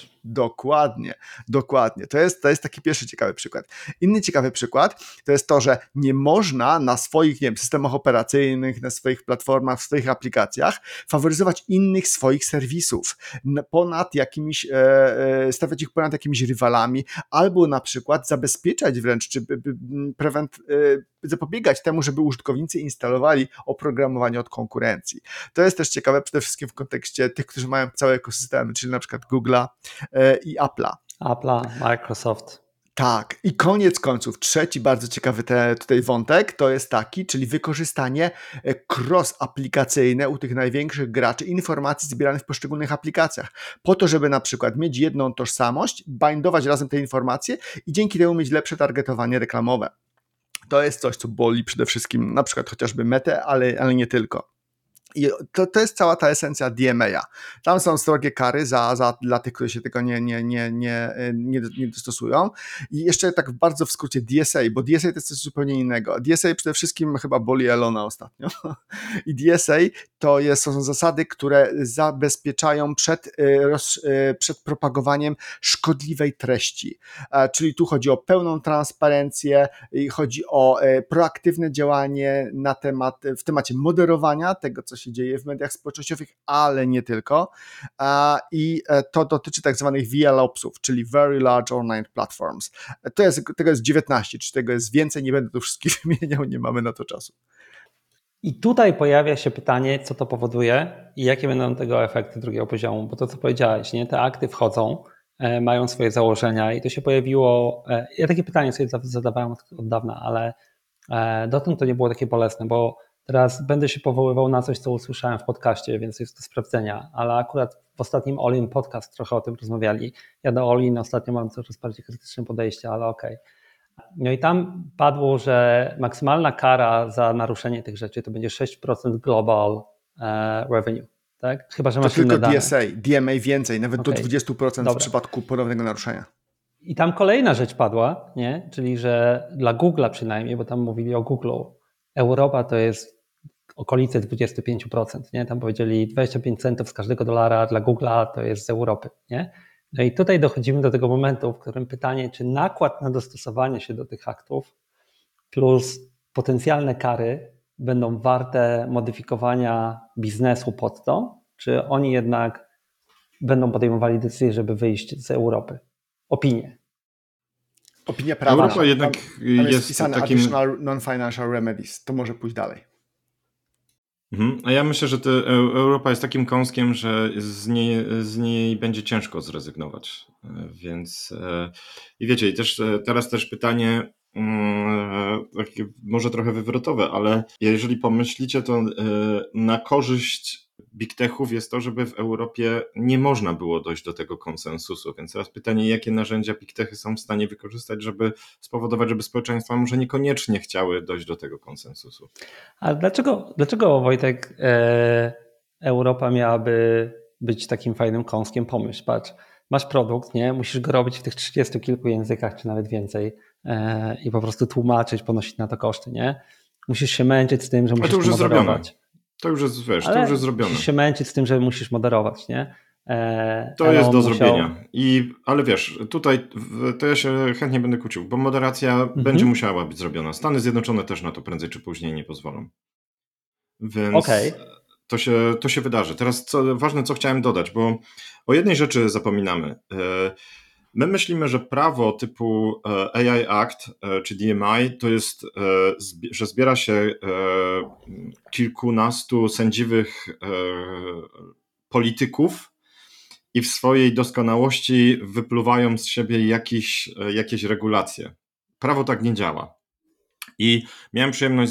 Dokładnie. To jest taki pierwszy ciekawy przykład. Inny ciekawy przykład to jest to, że nie można na swoich, nie wiem, systemach operacyjnych, na swoich platformach, w swoich aplikacjach faworyzować innych swoich serwisów ponad jakimiś, stawiać ich ponad jakimiś rywalami, albo na przykład zabezpieczać wręcz, czy zapobiegać temu, żeby użytkownicy instalowali oprogramowanie od konkurencji. To jest też ciekawe przede wszystkim w kontekście tych, którzy mają całe ekosystemy, czyli na przykład Google'a i Apple'a. Microsoft. Tak, i koniec końców, trzeci bardzo ciekawy tutaj wątek to jest taki, czyli wykorzystanie cross-aplikacyjne u tych największych graczy informacji zbieranych w poszczególnych aplikacjach, po to, żeby na przykład mieć jedną tożsamość, bindować razem te informacje i dzięki temu mieć lepsze targetowanie reklamowe. To jest coś, co boli przede wszystkim na przykład chociażby Metę, ale nie tylko. I to jest cała ta esencja DMA. Tam są srogie kary dla tych, którzy się tego nie dostosują. I jeszcze tak bardzo w skrócie DSA, bo DSA to jest coś zupełnie innego. DSA przede wszystkim chyba boli Elona ostatnio. I DSA są zasady, które zabezpieczają przed propagowaniem szkodliwej treści. Czyli tu chodzi o pełną transparencję, chodzi o proaktywne działanie w temacie moderowania tego, co się dzieje w mediach społecznościowych, ale nie tylko. I to dotyczy tak zwanych VLOPsów, czyli Very Large Online Platforms. Tego jest 19, czy tego jest więcej, nie będę tu wszystkich wymieniał, nie mamy na to czasu. I tutaj pojawia się pytanie, co to powoduje i jakie będą tego efekty drugiego poziomu, bo to, co powiedziałeś, nie? Te akty wchodzą, mają swoje założenia i to się pojawiło, ja takie pytanie sobie zadawałem od dawna, ale dotąd to nie było takie bolesne, bo teraz będę się powoływał na coś, co usłyszałem w podcaście, więc jest do sprawdzenia, ale akurat w ostatnim All In podcast trochę o tym rozmawiali. Ja do All In ostatnio mam coraz bardziej krytyczne podejście, ale okej. No i tam padło, że maksymalna kara za naruszenie tych rzeczy to będzie 6% global revenue, tak? Chyba że masz inne dane. To tylko DMA więcej, nawet do 20% w przypadku ponownego naruszenia. I tam kolejna rzecz padła, nie? Czyli że dla Google'a przynajmniej, bo tam mówili o Google'u, Europa to jest okolice 25%, nie? Tam powiedzieli 25 centów z każdego dolara dla Google'a to jest z Europy, nie? No i tutaj dochodzimy do tego momentu, w którym pytanie, czy nakład na dostosowanie się do tych aktów plus potencjalne kary będą warte modyfikowania biznesu pod to, czy oni jednak będą podejmowali decyzję, żeby wyjść z Europy? Opinia prawa. Europa jednak tam jest wpisane takim... additional non-financial remedies. To może pójść dalej. A ja myślę, że Europa jest takim kąskiem, że z niej będzie ciężko zrezygnować. Więc i wiecie, i też teraz też pytanie takie może trochę wywrotowe, ale jeżeli pomyślicie, to na korzyść Big Techów jest to, żeby w Europie nie można było dojść do tego konsensusu. Więc teraz pytanie, jakie narzędzia Big Techy są w stanie wykorzystać, żeby spowodować, żeby społeczeństwa może niekoniecznie chciały dojść do tego konsensusu. Ale dlaczego Wojtek, Europa miałaby być takim fajnym kąskiem? Pomyśl, patrz, masz produkt, nie? Musisz go robić w tych 30 kilku językach, czy nawet więcej i po prostu tłumaczyć, ponosić na to koszty, nie? Musisz się męczyć z tym, że musisz to moderować. To już jest, wiesz, to już jest zrobione. Musisz się męczyć z tym, że musisz moderować, nie? To jest do zrobienia. Ale wiesz, tutaj to ja się chętnie będę kłócił, bo moderacja będzie musiała być zrobiona. Stany Zjednoczone też na to prędzej czy później nie pozwolą. Więc to się wydarzy. Teraz ważne, co chciałem dodać, bo o jednej rzeczy zapominamy. My myślimy, że prawo typu AI Act czy DMI to jest, że zbiera się kilkunastu sędziwych polityków i w swojej doskonałości wypluwają z siebie jakieś regulacje. Prawo tak nie działa. I miałem przyjemność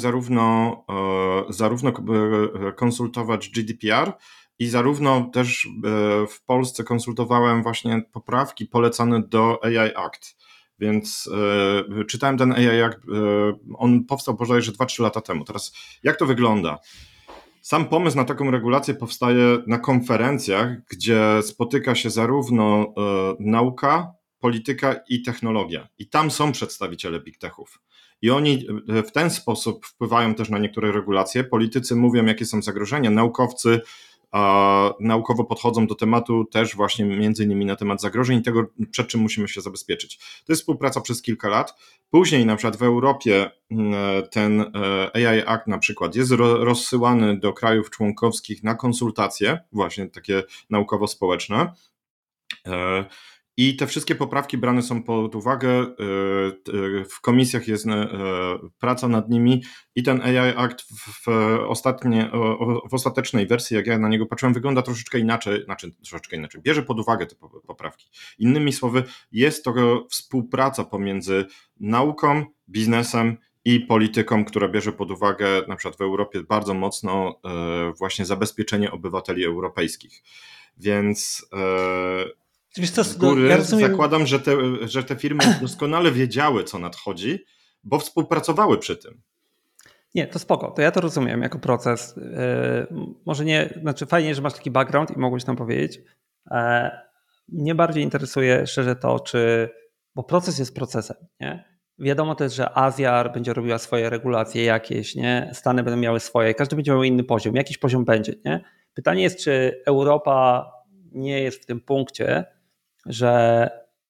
zarówno konsultować GDPR i zarówno też w Polsce konsultowałem właśnie poprawki polecane do AI Act. Więc czytałem ten AI Act, on powstał bodajże 2-3 lata temu. Teraz jak to wygląda? Sam pomysł na taką regulację powstaje na konferencjach, gdzie spotyka się zarówno nauka, polityka i technologia. I tam są przedstawiciele Big Techów. I oni w ten sposób wpływają też na niektóre regulacje. Politycy mówią, jakie są zagrożenia, naukowcy naukowo podchodzą do tematu też właśnie między innymi na temat zagrożeń i tego, przed czym musimy się zabezpieczyć. To jest współpraca przez kilka lat. Później na przykład w Europie ten AI Act na przykład jest rozsyłany do krajów członkowskich na konsultacje, właśnie takie naukowo-społeczne. I te wszystkie poprawki brane są pod uwagę, w komisjach jest praca nad nimi i ten AI Act w ostatecznej wersji, jak ja na niego patrzyłem, wygląda troszeczkę inaczej, bierze pod uwagę te poprawki. Innymi słowy, jest to współpraca pomiędzy nauką, biznesem i polityką, która bierze pod uwagę na przykład w Europie bardzo mocno właśnie zabezpieczenie obywateli europejskich. Więc Wiesz co, z góry ja rozumiem... zakładam, że te firmy doskonale wiedziały, co nadchodzi, bo współpracowały przy tym. Nie, to spoko, to ja to rozumiem jako proces. Może nie, znaczy fajnie, że masz taki background i mogłeś nam powiedzieć. Mnie bardziej interesuje szczerze to, bo proces jest procesem, nie? Wiadomo też, że Azja będzie robiła swoje regulacje jakieś, nie? Stany będą miały swoje, każdy będzie miał inny poziom, jakiś poziom będzie, nie? Pytanie jest, czy Europa nie jest w tym punkcie, że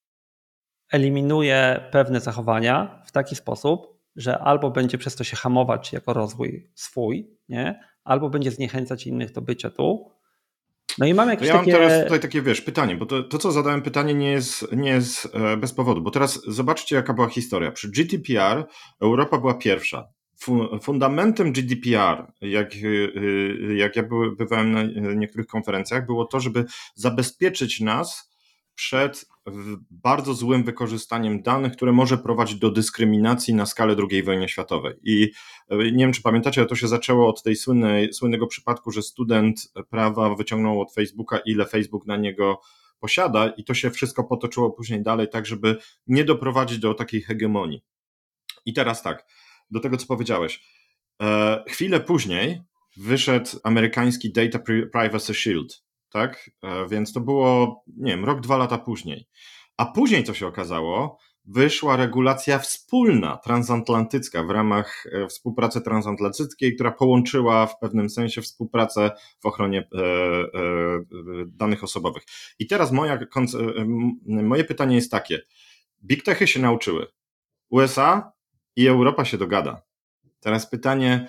eliminuje pewne zachowania w taki sposób, że albo będzie przez to się hamować jako rozwój swój, nie? Albo będzie zniechęcać innych do bycia tu. No i mam jakieś mam takie... teraz tutaj takie, pytanie, bo to co zadałem pytanie nie jest bez powodu, bo teraz zobaczcie, jaka była historia. Przy GDPR Europa była pierwsza. Fundamentem GDPR, jak ja bywałem na niektórych konferencjach, było to, żeby zabezpieczyć nas przed bardzo złym wykorzystaniem danych, które może prowadzić do dyskryminacji na skalę II wojny światowej. I nie wiem, czy pamiętacie, ale to się zaczęło od tej słynnego przypadku, że student prawa wyciągnął od Facebooka, ile Facebook na niego posiada, i to się wszystko potoczyło później dalej, tak żeby nie doprowadzić do takiej hegemonii. I teraz tak, do tego, co powiedziałeś. Chwilę później wyszedł amerykański Data Privacy Shield, tak? Więc to było, nie wiem, rok, 2 lata później. A później, co się okazało, wyszła regulacja wspólna, transatlantycka, w ramach współpracy transatlantyckiej, która połączyła w pewnym sensie współpracę w ochronie danych osobowych. I teraz moje pytanie jest takie. Big Techy się nauczyły. USA i Europa się dogada. Teraz pytanie,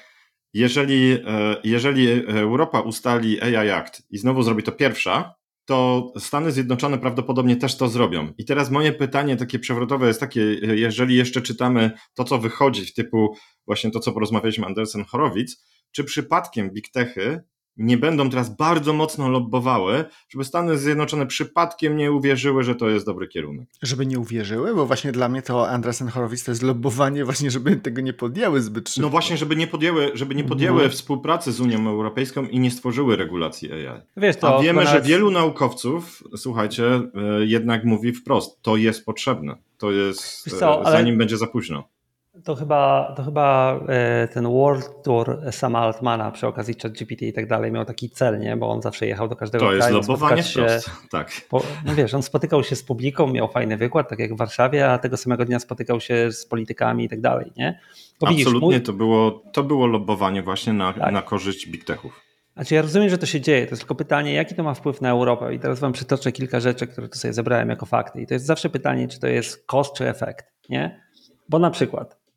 jeżeli Europa ustali AI Act i znowu zrobi to pierwsza, to Stany Zjednoczone prawdopodobnie też to zrobią. I teraz moje pytanie takie przewrotowe jest takie, jeżeli jeszcze czytamy to, co wychodzi, w typu właśnie to, co porozmawialiśmy Andreessen Horowitz, czy przypadkiem Big Techy nie będą teraz bardzo mocno lobbowały, żeby Stany Zjednoczone przypadkiem nie uwierzyły, że to jest dobry kierunek. Żeby nie uwierzyły? Bo właśnie dla mnie to Andreessen Horowitz to jest lobbowanie właśnie, żeby tego nie podjęły zbyt szybko. No właśnie, żeby nie podjęły współpracy z Unią Europejską i nie stworzyły regulacji AI. Wiesz, to a wiemy, że wielu naukowców, słuchajcie, jednak mówi wprost, to jest potrzebne. To jest, zanim będzie za późno. To chyba ten World Tour Sama Altmana przy okazji ChatGPT i tak dalej miał taki cel, nie? Bo on zawsze jechał do każdego kraju. To jest lobbowanie wprost, tak. No wiesz, on spotykał się z publiką, miał fajny wykład, tak jak w Warszawie, a tego samego dnia spotykał się z politykami i tak dalej, nie? Bo absolutnie widzisz, to było lobbowanie właśnie na korzyść Big Techów. Znaczy ja rozumiem, że to się dzieje, to jest tylko pytanie, jaki to ma wpływ na Europę, i teraz wam przytoczę kilka rzeczy, które tu sobie zebrałem jako fakty, i to jest zawsze pytanie, czy to jest koszt czy efekt, nie? Bo na przykład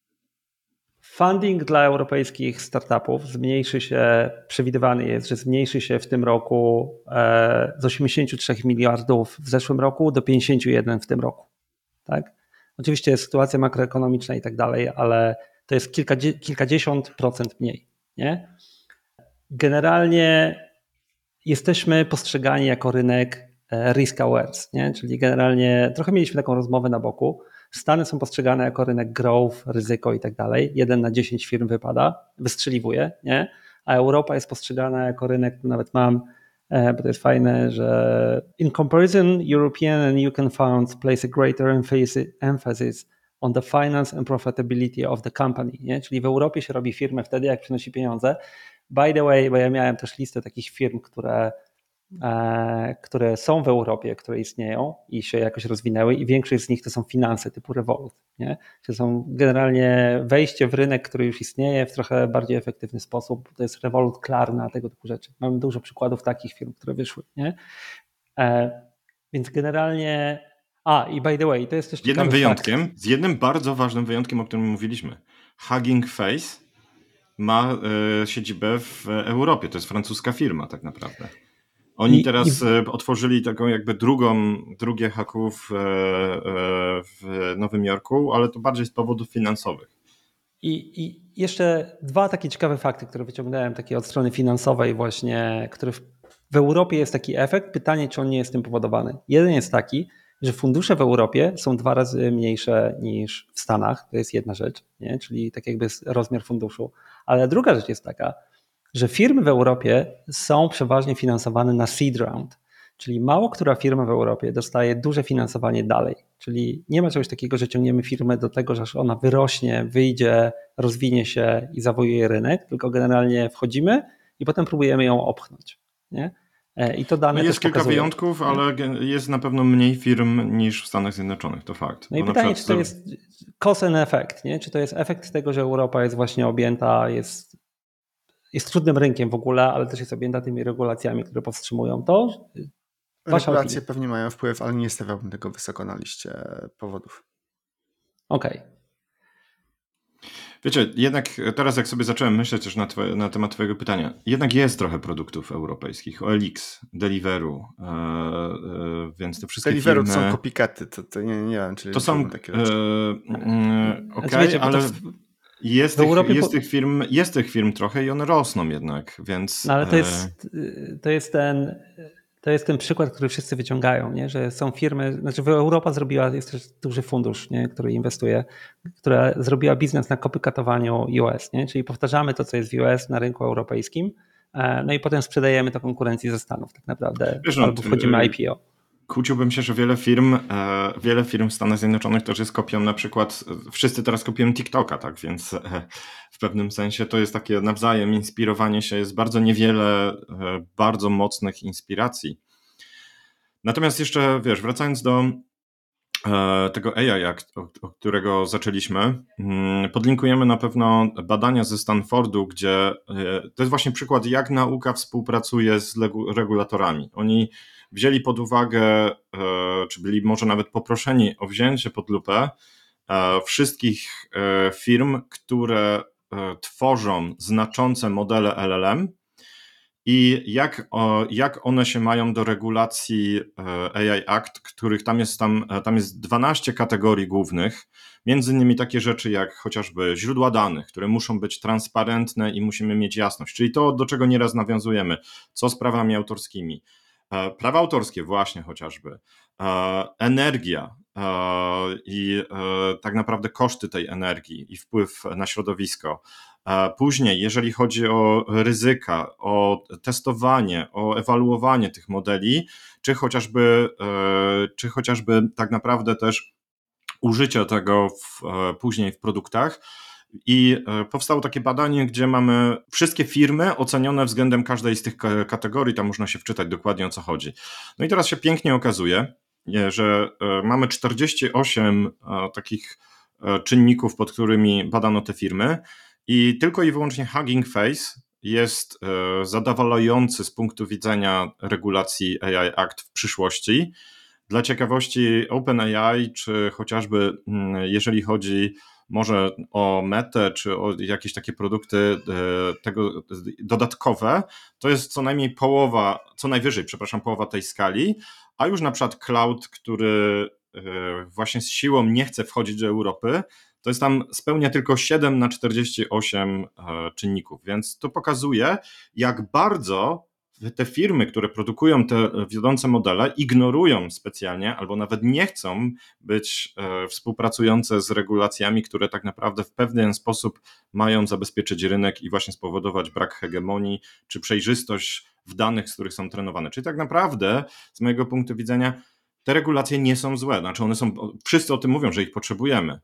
funding dla europejskich startupów przewidywany jest, że zmniejszy się w tym roku z 83 miliardów w zeszłym roku do 51 w tym roku. Tak? Oczywiście jest sytuacja makroekonomiczna i tak dalej, ale to jest kilkadziesiąt procent mniej. Nie? Generalnie jesteśmy postrzegani jako rynek risk awares, nie? Czyli generalnie trochę mieliśmy taką rozmowę na boku. Stany są postrzegane jako rynek growth, ryzyko i tak dalej. 1 na 10 firm wystrzeliwuje, nie? A Europa jest postrzegana jako rynek, tu nawet mam, bo to jest fajne, że in comparison, European and UK funds place a greater emphasis on the finance and profitability of the company, nie? Czyli w Europie się robi firmę wtedy, jak przynosi pieniądze. By the way, bo ja miałem też listę takich firm, które są w Europie, które istnieją i się jakoś rozwinęły, i większość z nich to są finanse typu Revolut, nie? To są generalnie wejście w rynek, który już istnieje w trochę bardziej efektywny sposób. To jest Revolut, Klarna, tego typu rzeczy. Mamy dużo przykładów takich firm, które wyszły, nie? Więc generalnie... i by the way, to jest też jednym wyjątkiem, fakt. Z jednym bardzo ważnym wyjątkiem, o którym mówiliśmy. Hugging Face ma siedzibę w Europie. To jest francuska firma tak naprawdę. Oni teraz otworzyli taką jakby drugie HQ w Nowym Jorku, ale to bardziej z powodów finansowych. I jeszcze dwa takie ciekawe fakty, które wyciągnąłem takie od strony finansowej właśnie, które w Europie jest taki efekt. Pytanie, czy on nie jest tym powodowany. Jeden jest taki, że fundusze w Europie są 2 razy mniejsze niż w Stanach. To jest jedna rzecz, nie? Czyli tak jakby rozmiar funduszu. Ale druga rzecz jest taka, że firmy w Europie są przeważnie finansowane na seed round. Czyli mało która firma w Europie dostaje duże finansowanie dalej. Czyli nie ma czegoś takiego, że ciągniemy firmę do tego, że aż ona wyrośnie, wyjdzie, rozwinie się i zawojuje rynek, tylko generalnie wchodzimy i potem próbujemy ją opchnąć. Nie? I to dane jest też kilka pokazują, wyjątków, nie? ale jest na pewno mniej firm niż w Stanach Zjednoczonych, to fakt. No i pytanie, czy to jest cause and effect, nie? Czy to jest efekt tego, że Europa jest właśnie objęta, jest trudnym rynkiem w ogóle, ale też jest objęta tymi regulacjami, które powstrzymują to. Regulacje pewnie mają wpływ, ale nie stawiałbym tego wysoko na liście powodów. Okej. Wiecie, jednak teraz jak sobie zacząłem myśleć też na temat twojego pytania, jednak jest trochę produktów europejskich, OLX, Deliveroo, więc te wszystkie Deliveroo firmy... to są copycaty, to nie wiem, czy to są takie rzeczy. Okej, ale jest tych firm trochę i one rosną jednak, więc... No ale to jest ten przykład, który wszyscy wyciągają, nie? Że są firmy, znaczy Europa jest też duży fundusz, nie? Który inwestuje, która zrobiła biznes na copycatowaniu US, nie? Czyli powtarzamy to, co jest w US na rynku europejskim, no i potem sprzedajemy to konkurencji ze Stanów tak naprawdę, albo wchodzimy IPO. Kłóciłbym się, że wiele firm w Stanach Zjednoczonych też jest kopią, na przykład wszyscy teraz kopiują TikToka, tak, więc w pewnym sensie to jest takie nawzajem inspirowanie się, jest bardzo niewiele bardzo mocnych inspiracji. Natomiast jeszcze, wracając do tego AI Act, od którego zaczęliśmy, podlinkujemy na pewno badania ze Stanfordu, gdzie to jest właśnie przykład, jak nauka współpracuje z regulatorami. Oni wzięli pod uwagę, czy byli może nawet poproszeni o wzięcie pod lupę wszystkich firm, które tworzą znaczące modele LLM i jak one się mają do regulacji AI Act, których tam jest 12 kategorii głównych, między innymi takie rzeczy jak chociażby źródła danych, które muszą być transparentne i musimy mieć jasność, czyli to, do czego nieraz nawiązujemy, co z prawami autorskimi. Prawa autorskie właśnie chociażby, energia i tak naprawdę koszty tej energii i wpływ na środowisko. Później, jeżeli chodzi o ryzyka, o testowanie, o ewaluowanie tych modeli, czy chociażby tak naprawdę też użycie tego później w produktach. I powstało takie badanie, gdzie mamy wszystkie firmy ocenione względem każdej z tych kategorii, tam można się wczytać dokładnie, o co chodzi. No i teraz się pięknie okazuje, że mamy 48 takich czynników, pod którymi badano te firmy i tylko i wyłącznie Hugging Face jest zadowalający z punktu widzenia regulacji AI Act w przyszłości. Dla ciekawości OpenAI, czy chociażby jeżeli chodzi może o Metę, czy o jakieś takie produkty tego dodatkowe, to jest co najwyżej połowa tej skali, a już na przykład cloud, który właśnie z siłą nie chce wchodzić do Europy, to jest tam spełnia tylko 7 na 48 czynników, więc to pokazuje, jak bardzo te firmy, które produkują te wiodące modele, ignorują specjalnie albo nawet nie chcą być współpracujące z regulacjami, które tak naprawdę w pewien sposób mają zabezpieczyć rynek i właśnie spowodować brak hegemonii czy przejrzystość w danych, z których są trenowane. Czyli tak naprawdę z mojego punktu widzenia te regulacje nie są złe, znaczy wszyscy o tym mówią, że ich potrzebujemy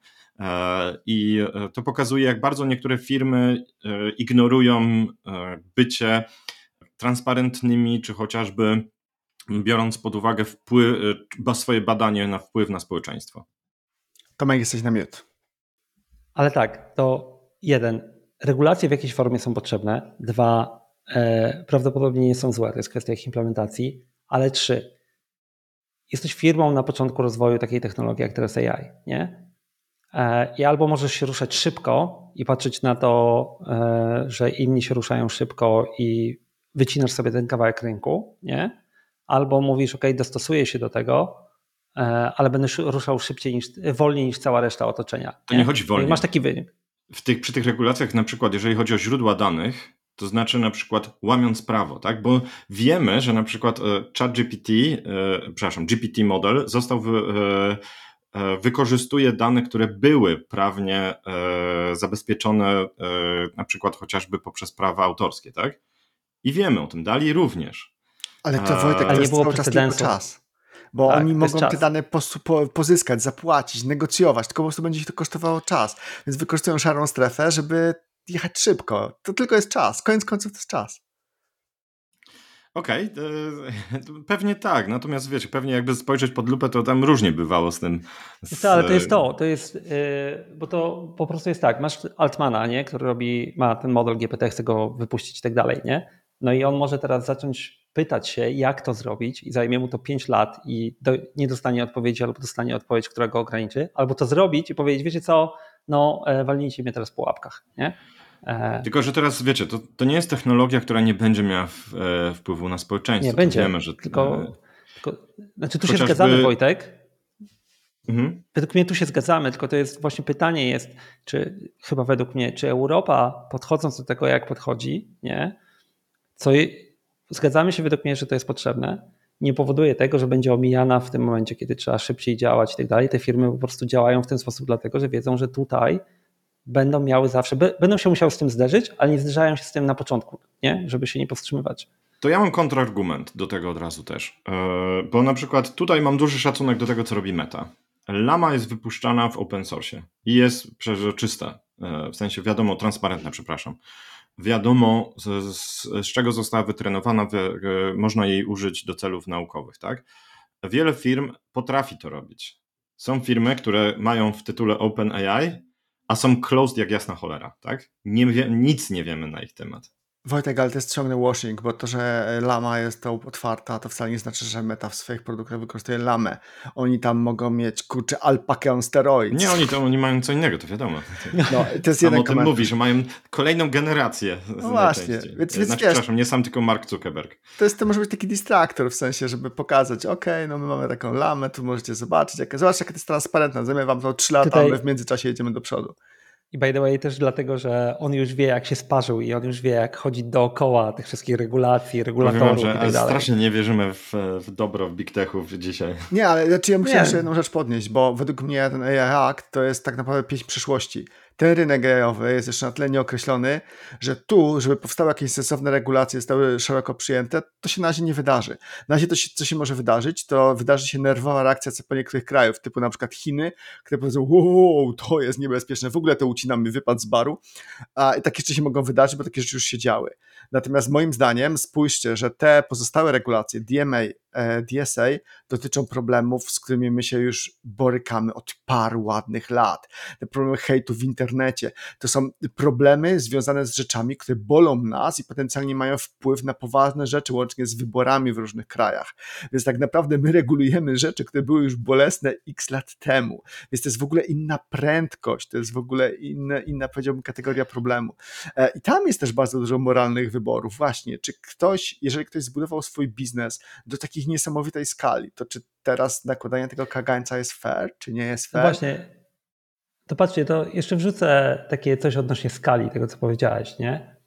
i to pokazuje, jak bardzo niektóre firmy ignorują bycie transparentnymi, czy chociażby biorąc pod uwagę swoje badanie na wpływ na społeczeństwo. Tomek, jesteś na miód. Ale tak, to 1, regulacje w jakiejś formie są potrzebne, 2, prawdopodobnie nie są złe, to jest kwestia ich implementacji, ale 3, jesteś firmą na początku rozwoju takiej technologii jak teraz AI, nie? I albo możesz się ruszać szybko i patrzeć na to, że inni się ruszają szybko i wycinasz sobie ten kawałek rynku, nie? albo mówisz, ok, dostosuję się do tego, ale będę ruszał wolniej niż cała reszta otoczenia. To nie chodzi wolniej. I masz taki wynik. Przy tych regulacjach na przykład, jeżeli chodzi o źródła danych, to znaczy na przykład łamiąc prawo, tak? Bo wiemy, że na przykład GPT model wykorzystuje dane, które były prawnie zabezpieczone na przykład chociażby poprzez prawa autorskie, tak? I wiemy o tym, DALL-E również. Ale to Wojtek, Ale to nie jest było cały czas tylko precedensu. czas. Bo Tak, oni to jest mogą te czas. dane pozyskać, zapłacić, negocjować, tylko po prostu będzie ich to kosztowało czas. Więc wykorzystują szarą strefę, żeby jechać szybko. To tylko jest czas. Koniec końców to jest czas. Okej, pewnie tak, natomiast wiecie, pewnie jakby spojrzeć pod lupę, to tam różnie bywało z tym. Ale to jest, bo to po prostu jest tak, masz Altmana, nie, który ma ten model GPT, chce go wypuścić i tak dalej, nie? No i on może teraz zacząć pytać się, jak to zrobić i zajmie mu to 5 lat i nie dostanie odpowiedzi, albo dostanie odpowiedź, która go ograniczy, albo to zrobić i powiedzieć, wiecie co, walnijcie mnie teraz po łapkach, nie? Tylko, że teraz wiecie, to nie jest technologia, która nie będzie miała wpływu na społeczeństwo. Nie, będzie, wiemy, że znaczy tu się zgadzamy, Wojtek. Według mnie tu się zgadzamy, tylko to jest właśnie pytanie jest, według mnie, czy Europa podchodząc do tego, jak podchodzi, nie, zgadzamy się według mnie, że to jest potrzebne, nie powoduje tego, że będzie omijana w tym momencie, kiedy trzeba szybciej działać i tak dalej. Te firmy po prostu działają w ten sposób dlatego, że wiedzą, że tutaj będą się musiały z tym zderzyć, ale nie zderzają się z tym na początku, nie, żeby się nie powstrzymywać. To ja mam kontrargument do tego od razu też, bo na przykład tutaj mam duży szacunek do tego, co robi Meta. Llama jest wypuszczana w open source i jest przezroczysta, w sensie wiadomo, transparentna, przepraszam. Wiadomo, z czego została wytrenowana, można jej użyć do celów naukowych, tak? Wiele firm potrafi to robić. Są firmy, które mają w tytule OpenAI, a są closed jak jasna cholera, tak? Nic nie wiemy na ich temat. Wojtek, ale to jest ciągle washing, bo to, że Llama jest to otwarta, to wcale nie znaczy, że Meta w swoich produktach wykorzystuje Lamę. Oni tam mogą mieć, alpakę on steroids. Nie, oni mają co innego, to wiadomo. No, to jest sam jeden o tym mówi, że mają kolejną generację. No właśnie. Więc przepraszam, nie sam, tylko Mark Zuckerberg. To może być taki distraktor, w sensie, żeby pokazać, my mamy taką Lamę, tu możecie zobaczyć, zobaczcie, jaka to jest transparentna, zajmie wam to 3 lata, a my w międzyczasie jedziemy do przodu. I by the way też dlatego, że on już wie, jak się sparzył i on już wie, jak chodzić dookoła tych wszystkich regulacji, regulatorów i tak dalej. Strasznie nie wierzymy w dobro w big techów dzisiaj. Nie, ale ja musiałem jeszcze jedną rzecz podnieść, bo według mnie ten AI Act to jest tak naprawdę pieśń przyszłości. Ten rynek AI-owy jest jeszcze na tyle nieokreślony, że tu, żeby powstały jakieś sensowne regulacje, zostały szeroko przyjęte, to się na razie nie wydarzy. Na razie co się może wydarzyć, to wydarzy się nerwowa reakcja po niektórych krajów, typu na przykład Chiny, które powiedzą, wow, to jest niebezpieczne, w ogóle to ucinamy wypad z baru. I takie rzeczy się mogą wydarzyć, bo takie rzeczy już się działy. Natomiast moim zdaniem spójrzcie, że te pozostałe regulacje DSA dotyczą problemów, z którymi my się już borykamy od paru ładnych lat. Te problemy hejtu w internecie to są problemy związane z rzeczami, które bolą nas i potencjalnie mają wpływ na poważne rzeczy, łącznie z wyborami w różnych krajach. Więc tak naprawdę my regulujemy rzeczy, które były już bolesne x lat temu. Więc to jest w ogóle inna prędkość, to jest w ogóle inna powiedziałbym, kategoria problemu. I tam jest też bardzo dużo moralnych wyborów. Właśnie, jeżeli ktoś zbudował swój biznes do takich niesamowitej skali, to czy teraz nakładanie tego kagańca jest fair, czy nie jest fair? No właśnie, to patrzcie, to jeszcze wrzucę takie coś odnośnie skali tego, co powiedziałeś, nie?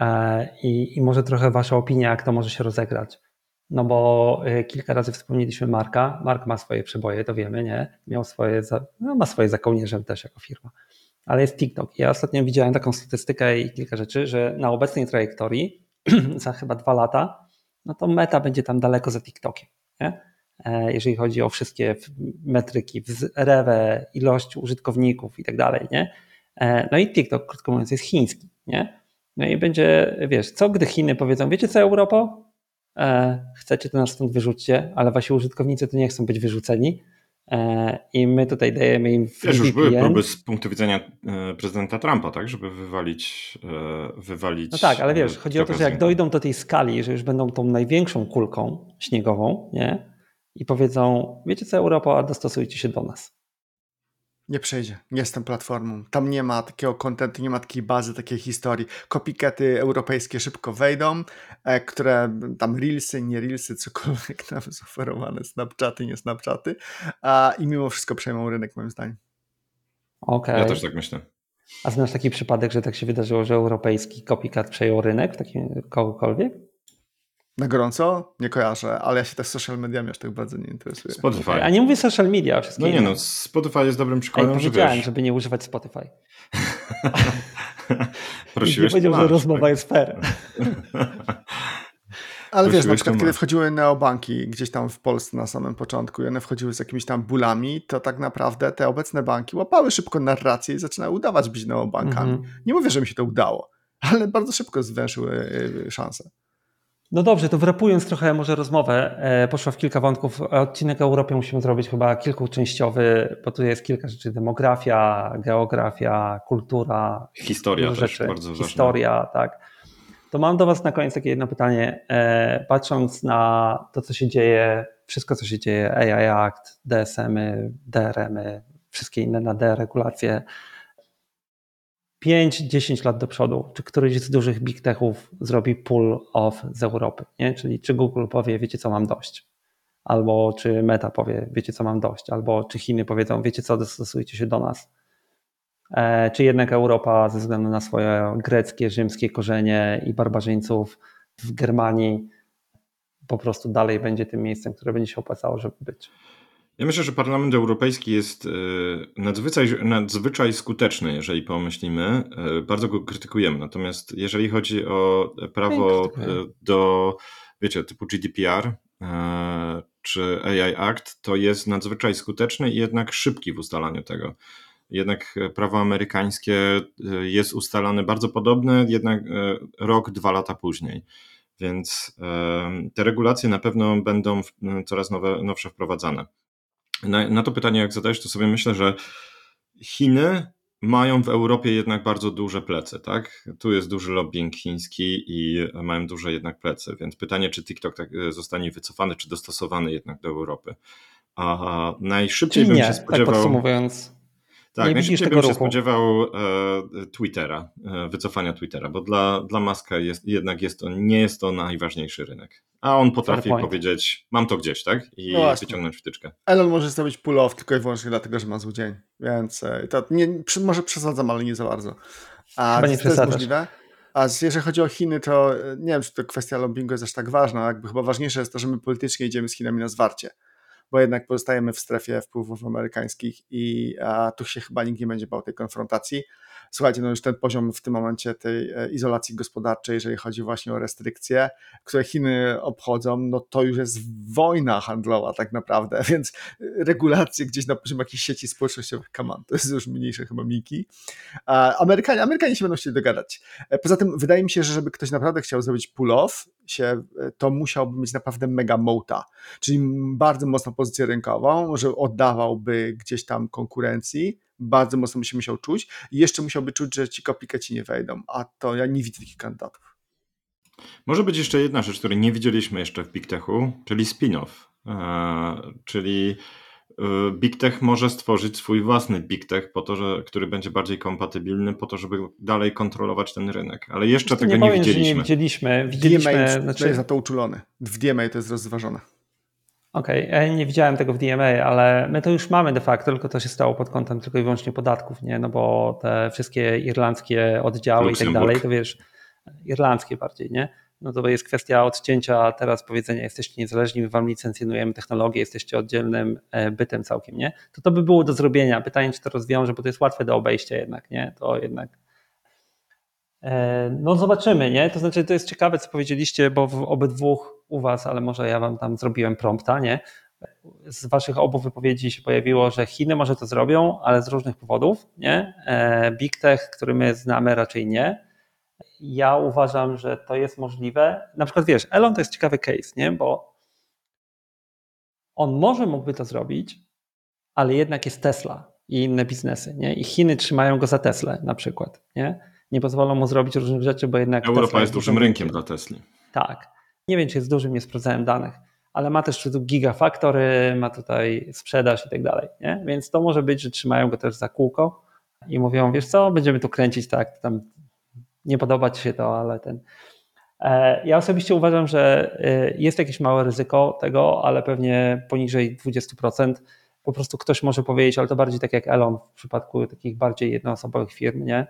I może trochę wasza opinia, jak to może się rozegrać. No bo kilka razy wspomnieliśmy Marka. Mark ma swoje przeboje, to wiemy, nie? Ma swoje za kołnierzem też jako firma. Ale jest TikTok. Ja ostatnio widziałem taką statystykę i kilka rzeczy, że na obecnej trajektorii za chyba 2 lata, no to Meta będzie tam daleko za TikTokiem, nie? Jeżeli chodzi o wszystkie metryki, rewę, ilość użytkowników i tak dalej, nie? No i TikTok, krótko mówiąc, jest chiński, nie? No i będzie, co gdy Chiny powiedzą, wiecie co, Europo? Chcecie, to nas stąd wyrzućcie, ale wasi użytkownicy to nie chcą być wyrzuceni i my tutaj dajemy im free już były VPN. próby z punktu widzenia prezydenta Trumpa, tak, żeby wywalić. No tak, ale chodzi o to, że jak dojdą do tej skali, że już będą tą największą kulką śniegową, nie? I powiedzą, wiecie co, Europa, dostosujcie się do nas. Nie przejdzie. Nie jestem platformą. Tam nie ma takiego kontentu, nie ma takiej bazy, takiej historii. Copycaty europejskie szybko wejdą, które tam reelsy, nie reelsy, cokolwiek tam jest oferowane, Snapchaty, nie Snapchaty, i mimo wszystko przejmą rynek, moim zdaniem. Okej. Ja też tak myślę. A znasz taki przypadek, że tak się wydarzyło, że europejski copycat przejął rynek w takim kogokolwiek? Na gorąco? Nie kojarzę, ale ja się też social mediami aż tak bardzo nie interesuję. Spotify. A nie mówię social media, wszystkie No nie inne. no, Spotify jest dobrym Ej, przykładem, że powiedziałem, wiesz. żeby nie używać Spotify. Prosiłeś, nie powiedział, to że masz, rozmowa tak? jest fair. Ale wiesz, na Prosiłeś, przykład to kiedy masz. wchodziły neobanki gdzieś tam w Polsce na samym początku i one wchodziły z jakimiś tam bólami, to tak naprawdę te obecne banki łapały szybko narrację i zaczynały udawać być neobankami. Nie mówię, że mi się to udało, ale bardzo szybko zwęszyły szanse. No dobrze, to wrapując trochę może rozmowę, poszła w kilka wątków. Odcinek o Europie musimy zrobić chyba kilkuczęściowy, bo tu jest kilka rzeczy. Demografia, geografia, kultura. Historia dużo też, rzeczy. bardzo ważna. Historia, tak. To mam do was na koniec takie jedno pytanie. Patrząc na to, co się dzieje, wszystko, co się dzieje, AI Act, DSM-y, DRM-y, wszystkie inne deregulacje, 5-10 lat do przodu, czy któryś z dużych big techów zrobi pull-off z Europy, nie? Czyli czy Google powie, wiecie co, mam dość, albo czy Meta powie, wiecie co, mam dość, albo czy Chiny powiedzą, wiecie co, dostosujcie się do nas. Czy jednak Europa ze względu na swoje greckie, rzymskie korzenie i barbarzyńców w Germanii po prostu dalej będzie tym miejscem, które będzie się opłacało, żeby być. Ja myślę, że Parlament Europejski jest nadzwyczaj skuteczny, jeżeli pomyślimy. Bardzo go krytykujemy. Natomiast jeżeli chodzi o prawo do, wiecie, typu GDPR czy AI Act, to jest nadzwyczaj skuteczny i jednak szybki w ustalaniu tego. Jednak prawo amerykańskie jest ustalane bardzo podobne, jednak rok, 2 lata później. Więc te regulacje na pewno będą coraz nowsze wprowadzane. Na to pytanie, jak zadajesz, to sobie myślę, że Chiny mają w Europie jednak bardzo duże plecy, tak? Tu jest duży lobbying chiński i mają duże jednak plecy, więc pytanie, czy TikTok zostanie wycofany, czy dostosowany jednak do Europy. A najszybciej Czyli bym nie, się spodziewał... tak podsumowując. Tak, nie widzisz najszybciej tego bym się ruchu. spodziewał Twittera, wycofania Twittera, bo dla Muska nie jest to najważniejszy rynek. A on potrafi powiedzieć, mam to gdzieś, tak? I wyciągnąć wtyczkę. Elon może zrobić pull-off tylko i wyłącznie dlatego, że ma zły dzień, więc to może przesadzam, ale nie za bardzo. Chyba nie to jest przesadzasz. możliwe. A jeżeli chodzi o Chiny, to nie wiem, czy to kwestia lobbingu jest aż tak ważna. Jakby chyba ważniejsze jest to, że my politycznie idziemy z Chinami na zwarcie, bo jednak pozostajemy w strefie wpływów amerykańskich i tu się chyba nikt nie będzie bał tej konfrontacji. Słuchajcie, no już ten poziom w tym momencie tej izolacji gospodarczej, jeżeli chodzi właśnie o restrykcje, które Chiny obchodzą, no to już jest wojna handlowa tak naprawdę, więc regulacje gdzieś na poziomie jakichś sieci społecznościowych, to jest już mniejsze chyba miki. Amerykanie się będą chcieli dogadać. Poza tym wydaje mi się, że żeby ktoś naprawdę chciał zrobić pull-off, to musiałby mieć naprawdę mega moata, czyli bardzo mocną pozycję rynkową, że oddawałby gdzieś tam konkurencji, bardzo mocno by się musiał czuć i jeszcze musiałby czuć, że ci copycaci nie wejdą, a to ja nie widzę takich kandydatów. Może być jeszcze jedna rzecz, której nie widzieliśmy jeszcze w Big Techu, czyli spin-off, czyli Big Tech może stworzyć swój własny Big Tech, który będzie bardziej kompatybilny, po to, żeby dalej kontrolować ten rynek. Ale jeszcze tego nie widzieliśmy. Widzieliśmy, DMA jest na to uczulony. W DMA to jest rozważone. Okej, ja nie widziałem tego w DMA, ale my to już mamy de facto, tylko to się stało pod kątem tylko i wyłącznie podatków, nie? No bo te wszystkie irlandzkie oddziały i tak dalej, to wiesz, irlandzkie bardziej, nie? No to jest kwestia odcięcia teraz powiedzenia, jesteście niezależni, my wam licencjonujemy technologię, jesteście oddzielnym bytem całkiem, nie? To by było do zrobienia. Pytanie, czy to rozwiąże, bo to jest łatwe do obejścia jednak, nie? To jednak... No zobaczymy, nie? To znaczy to jest ciekawe, co powiedzieliście, bo w obydwu u was, ale może ja wam tam zrobiłem prompta, nie? Z waszych obu wypowiedzi się pojawiło, że Chiny może to zrobią, ale z różnych powodów, nie? Big Tech, który my znamy, raczej nie. Ja uważam, że to jest możliwe. Na przykład wiesz, Elon to jest ciekawy case, nie? Bo on mógłby to zrobić, ale jednak jest Tesla i inne biznesy, nie? I Chiny trzymają go za Teslę na przykład, nie? Nie pozwolą mu zrobić różnych rzeczy, bo jednak Europa Tesla jest dużym rynkiem dla Tesli. Tak. Nie wiem, czy jest dużym, nie sprawdzałem danych, ale ma też tu gigafactory, ma tutaj sprzedaż i tak dalej, nie? Więc to może być, że trzymają go też za kółko i mówią, wiesz co, będziemy tu kręcić tak, tam nie podoba ci się to, ale ten... Ja osobiście uważam, że jest jakieś małe ryzyko tego, ale pewnie poniżej 20%. Po prostu ktoś może powiedzieć, ale to bardziej tak jak Elon w przypadku takich bardziej jednoosobowych firm, nie?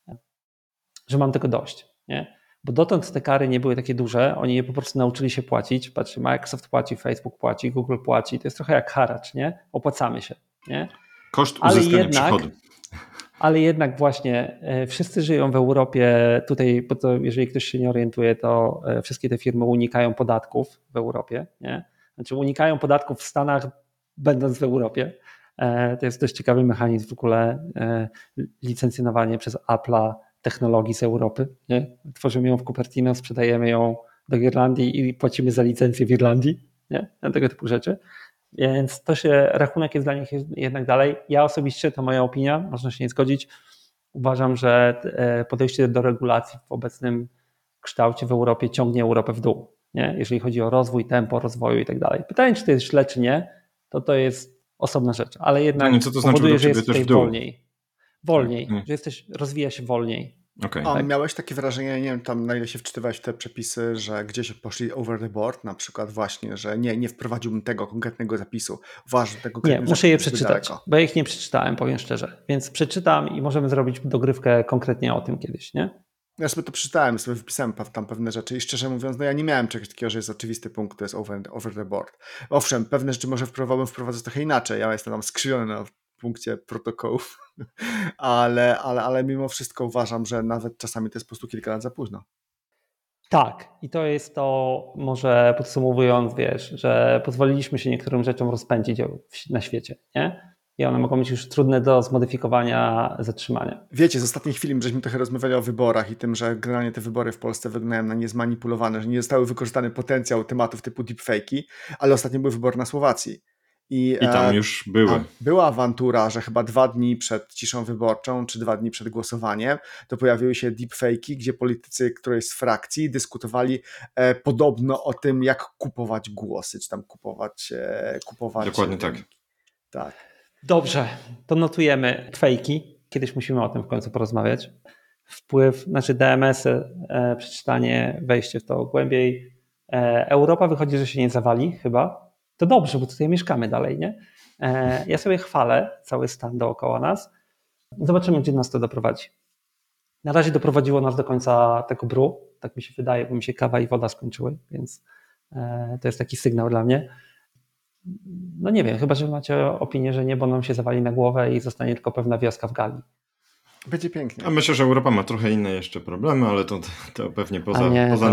Że mam tego dość. Nie? Bo dotąd te kary nie były takie duże, oni je po prostu nauczyli się płacić. Patrzcie, Microsoft płaci, Facebook płaci, Google płaci. To jest trochę jak haracz, nie? Opłacamy się. Nie? Koszt uzyskania przychodu. Ale jednak właśnie wszyscy żyją w Europie, tutaj, bo to jeżeli ktoś się nie orientuje, to wszystkie te firmy unikają podatków w Europie. Nie? Znaczy unikają podatków w Stanach, będąc w Europie. To jest dość ciekawy mechanizm w ogóle licencjonowanie przez Apple'a technologii z Europy. Nie? Tworzymy ją w Cupertino, sprzedajemy ją do Irlandii i płacimy za licencję w Irlandii. Nie? Tego typu rzeczy. Więc to rachunek jest dla nich jednak dalej. Ja osobiście, to moja opinia, można się nie zgodzić, uważam, że podejście do regulacji w obecnym kształcie w Europie ciągnie Europę w dół, nie? Jeżeli chodzi o rozwój, tempo rozwoju i tak dalej. Pytanie, czy to jest źle, czy nie, to jest osobna rzecz, ale jednak co to powoduje, znaczy że jest tutaj w dół? wolniej, że rozwija się wolniej. Okay. A miałeś takie wrażenie, nie wiem tam na ile się wczytywałeś w te przepisy, że gdzieś poszli over the board, na przykład właśnie, że nie wprowadziłbym tego konkretnego zapisu. Uważam, że tego Nie, muszę je przeczytać, bo ja ich nie przeczytałem, powiem szczerze. Więc przeczytam i możemy zrobić dogrywkę konkretnie o tym kiedyś, nie? Ja sobie to przeczytałem, sobie wypisałem tam pewne rzeczy i szczerze mówiąc, no ja nie miałem czegoś takiego, że jest oczywisty punkt, to jest over the board. Owszem, pewne rzeczy może wprowadzać trochę inaczej, ja jestem tam skrzywiony na punkcie protokołów, ale mimo wszystko uważam, że nawet czasami to jest po prostu kilka lat za późno. Tak, i to jest to, może podsumowując, wiesz, że pozwoliliśmy się niektórym rzeczom rozpędzić na świecie, nie? I one mogą być już trudne do zmodyfikowania, zatrzymania. Wiecie, z ostatniej chwili żeśmy trochę rozmawiali o wyborach i tym, że generalnie te wybory w Polsce wyglądają na niezmanipulowane, że nie zostały wykorzystany potencjał tematów typu deepfake'i, ale ostatnio były wybory na Słowacji. I tam już były. Była awantura, że chyba 2 dni przed ciszą wyborczą, czy 2 dni przed głosowaniem, to pojawiły się deepfake'i, gdzie politycy którejś z frakcji dyskutowali podobno o tym, jak kupować głosy, czy tam kupować. Dokładnie tak. Tak. Dobrze, to notujemy fejki. Kiedyś musimy o tym w końcu porozmawiać. Wpływ, DMS-y, przeczytanie, wejście w to głębiej. Europa wychodzi, że się nie zawali chyba. To dobrze, bo tutaj mieszkamy dalej, nie? Ja sobie chwalę cały stan dookoła nas. Zobaczymy, gdzie nas to doprowadzi. Na razie doprowadziło nas do końca tego bru. Tak mi się wydaje, bo mi się kawa i woda skończyły, więc to jest taki sygnał dla mnie. No nie wiem, chyba że macie opinię, że niebo nam się zawali na głowę i zostanie tylko pewna wioska w Galii. Będzie pięknie. A myślę, że Europa ma trochę inne jeszcze problemy, ale to pewnie poza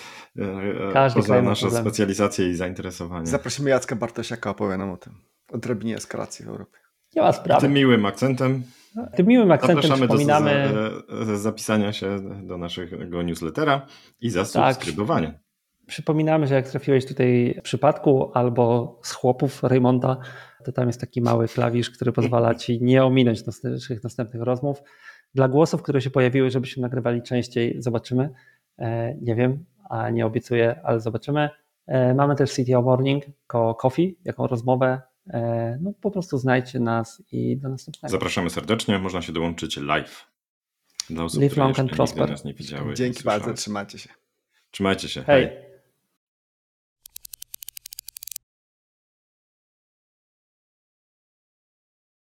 nasze specjalizacje i zainteresowania. Zaprosimy Jacka Bartosiaka, opowie nam o tym. O drabinie eskalacji w Europie. Nie ma sprawy. Tym miłym akcentem. Zapraszamy przypominamy do zapisania się do naszego newslettera i zasubskrybowania. Przypominamy, że jak trafiłeś tutaj w przypadku albo z chłopów Raymonda, to tam jest taki mały klawisz, który pozwala ci nie ominąć naszych następnych rozmów. Dla głosów, które się pojawiły, żebyśmy nagrywali częściej, zobaczymy. Nie wiem, a nie obiecuję, ale zobaczymy. Mamy też CTO Morning, Coffee, jaką rozmowę. No po prostu znajdźcie nas i do następnego. Zapraszamy serdecznie, można się dołączyć live. Dla osób, Live które long and prosper. nas nie widziały. Dzięki bardzo, trzymajcie się. Trzymajcie się. Hej.